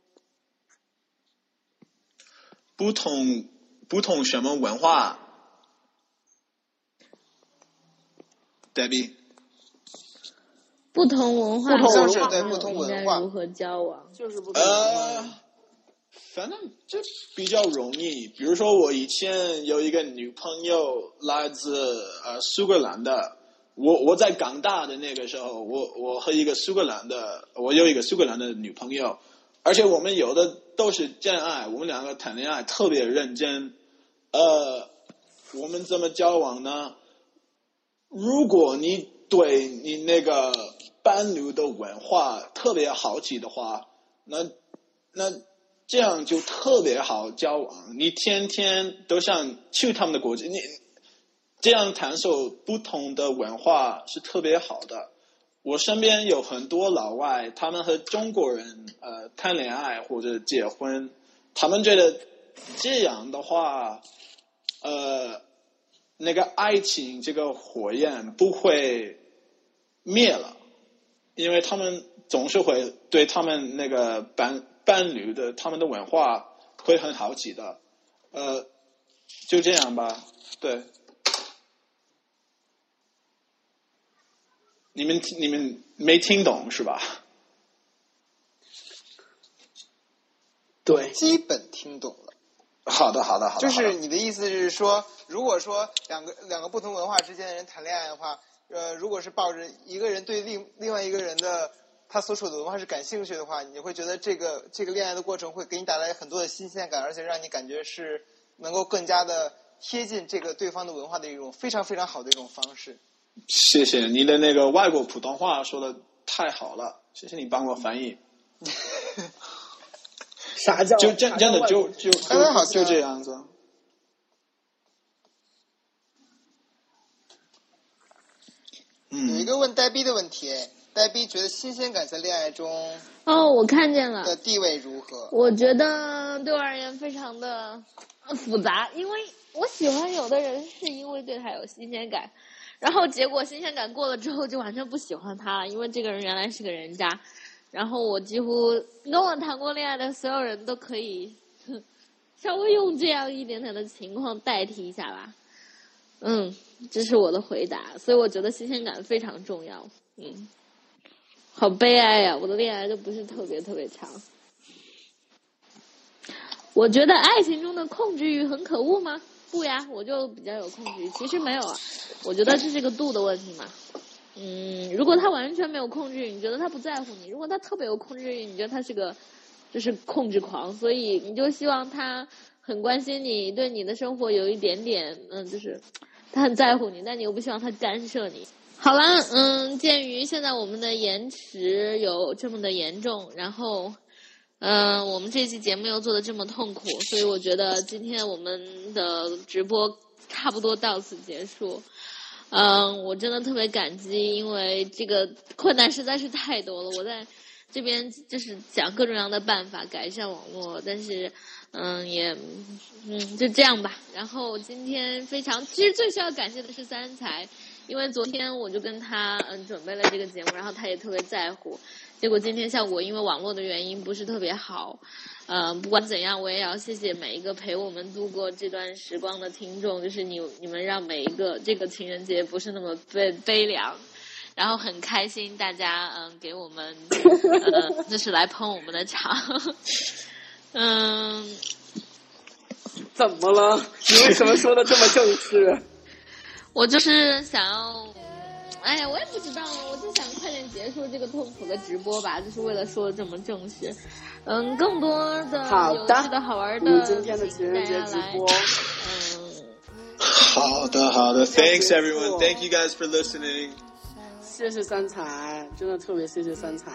[SPEAKER 4] 不同什么文化 ？Debbie，
[SPEAKER 5] 不同文化的朋友应该如何交往？
[SPEAKER 2] 就是不同文化。
[SPEAKER 4] 反正这比较容易。比如说，我以前有一个女朋友来自苏格兰的，我在港大的那个时候，我和一个苏格兰的，我有一个苏格兰的女朋友，而且我们有的都是真爱，我们两个谈恋爱特别认真。我们怎么交往呢？如果你对你那个伴侣的文化特别好奇的话，那这样就特别好交往。你天天都想去他们的国家，你这样探索不同的文化是特别好的。我身边有很多老外，他们和中国人谈恋爱或者结婚，他们觉得这样的话，那个爱情这个火焰不会灭了，因为他们总是会对他们那个伴侣的他们的文化会很好奇的。就这样吧，对。 你们没听懂是吧？
[SPEAKER 2] 对，
[SPEAKER 1] 基本听懂了。
[SPEAKER 4] 好的。
[SPEAKER 1] 就是你的意思是说，如果说两个不同文化之间的人谈恋爱的话，如果是抱着一个人对另外一个人的他所处的文化是感兴趣的话，你会觉得这个恋爱的过程会给你带来很多的新鲜感，而且让你感觉是能够更加的贴近这个对方的文化的一种非常非常好的一种方式。
[SPEAKER 4] 谢谢你的那个外国普通话说的太好了，谢谢你帮我翻译。
[SPEAKER 2] 啥叫
[SPEAKER 4] 真的就这样子。
[SPEAKER 1] 有一个问呆逼的问题，呆逼觉得新鲜感在恋爱中
[SPEAKER 5] 我看见了
[SPEAKER 1] 的地位如何？
[SPEAKER 5] 我觉得对我而言非常的复杂，因为我喜欢有的人是因为对他有新鲜感，然后结果新鲜感过了之后就完全不喜欢他了，因为这个人原来是个人渣。然后我几乎跟我谈过恋爱的所有人都可以稍微用这样一点点的情况代替一下吧。这是我的回答，所以我觉得新鲜感非常重要。好悲哀呀，我的恋爱都不是特别特别长。我觉得爱情中的控制欲很可恶吗？不呀，我就比较有控制欲。其实没有啊，我觉得这是个度的问题嘛。如果他完全没有控制欲，你觉得他不在乎你；如果他特别有控制欲，你觉得他是个就是控制狂，所以你就希望他很关心你，对你的生活有一点点就是他很在乎你，但你又不希望他干涉你。好了，鉴于现在我们的延迟有这么的严重，然后我们这期节目又做的这么痛苦，所以我觉得今天我们的直播差不多到此结束。我真的特别感激，因为这个困难实在是太多了。我在这边就是想各种各样的办法改善网络，但是就这样吧。然后今天其实最需要感谢的是三才，因为昨天我就跟他准备了这个节目，然后他也特别在乎。结果今天效果因为网络的原因不是特别好。不管怎样，我也要谢谢每一个陪我们度过这段时光的听众，就是你们让每一个这个情人节不是那么悲凉。然后很开心大家给我们就是来捧我们的场。
[SPEAKER 2] 怎么了？你为什么说的这么正式？
[SPEAKER 5] 我就是想要，哎呀，我也不知道，我就想快点结束这个痛苦的直播吧，就是为了说的这么正式。更多的有趣的好玩的，
[SPEAKER 2] 今天的情人节直播。
[SPEAKER 4] 好的 ，Thanks everyone, thank you guys for listening.
[SPEAKER 2] 谢谢三才，真的特别谢谢三才。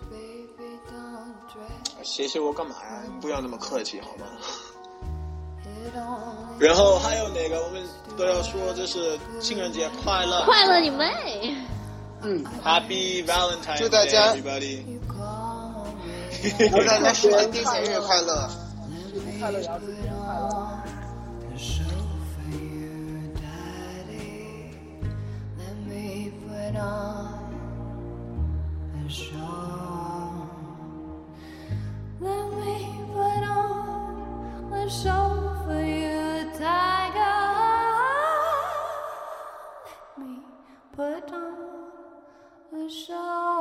[SPEAKER 4] 谢谢我干嘛呀？不要那么客气好吗？然后还有哪个我们都要说，就是情人节快乐，
[SPEAKER 5] 快乐你妹
[SPEAKER 4] ！Happy Valentine's Day,
[SPEAKER 1] 祝大家
[SPEAKER 4] everybody！
[SPEAKER 1] 祝大家史丹丁节日快乐！
[SPEAKER 2] 快乐，姚志节日快乐！
[SPEAKER 6] Show for you, tiger. Let me put on a show.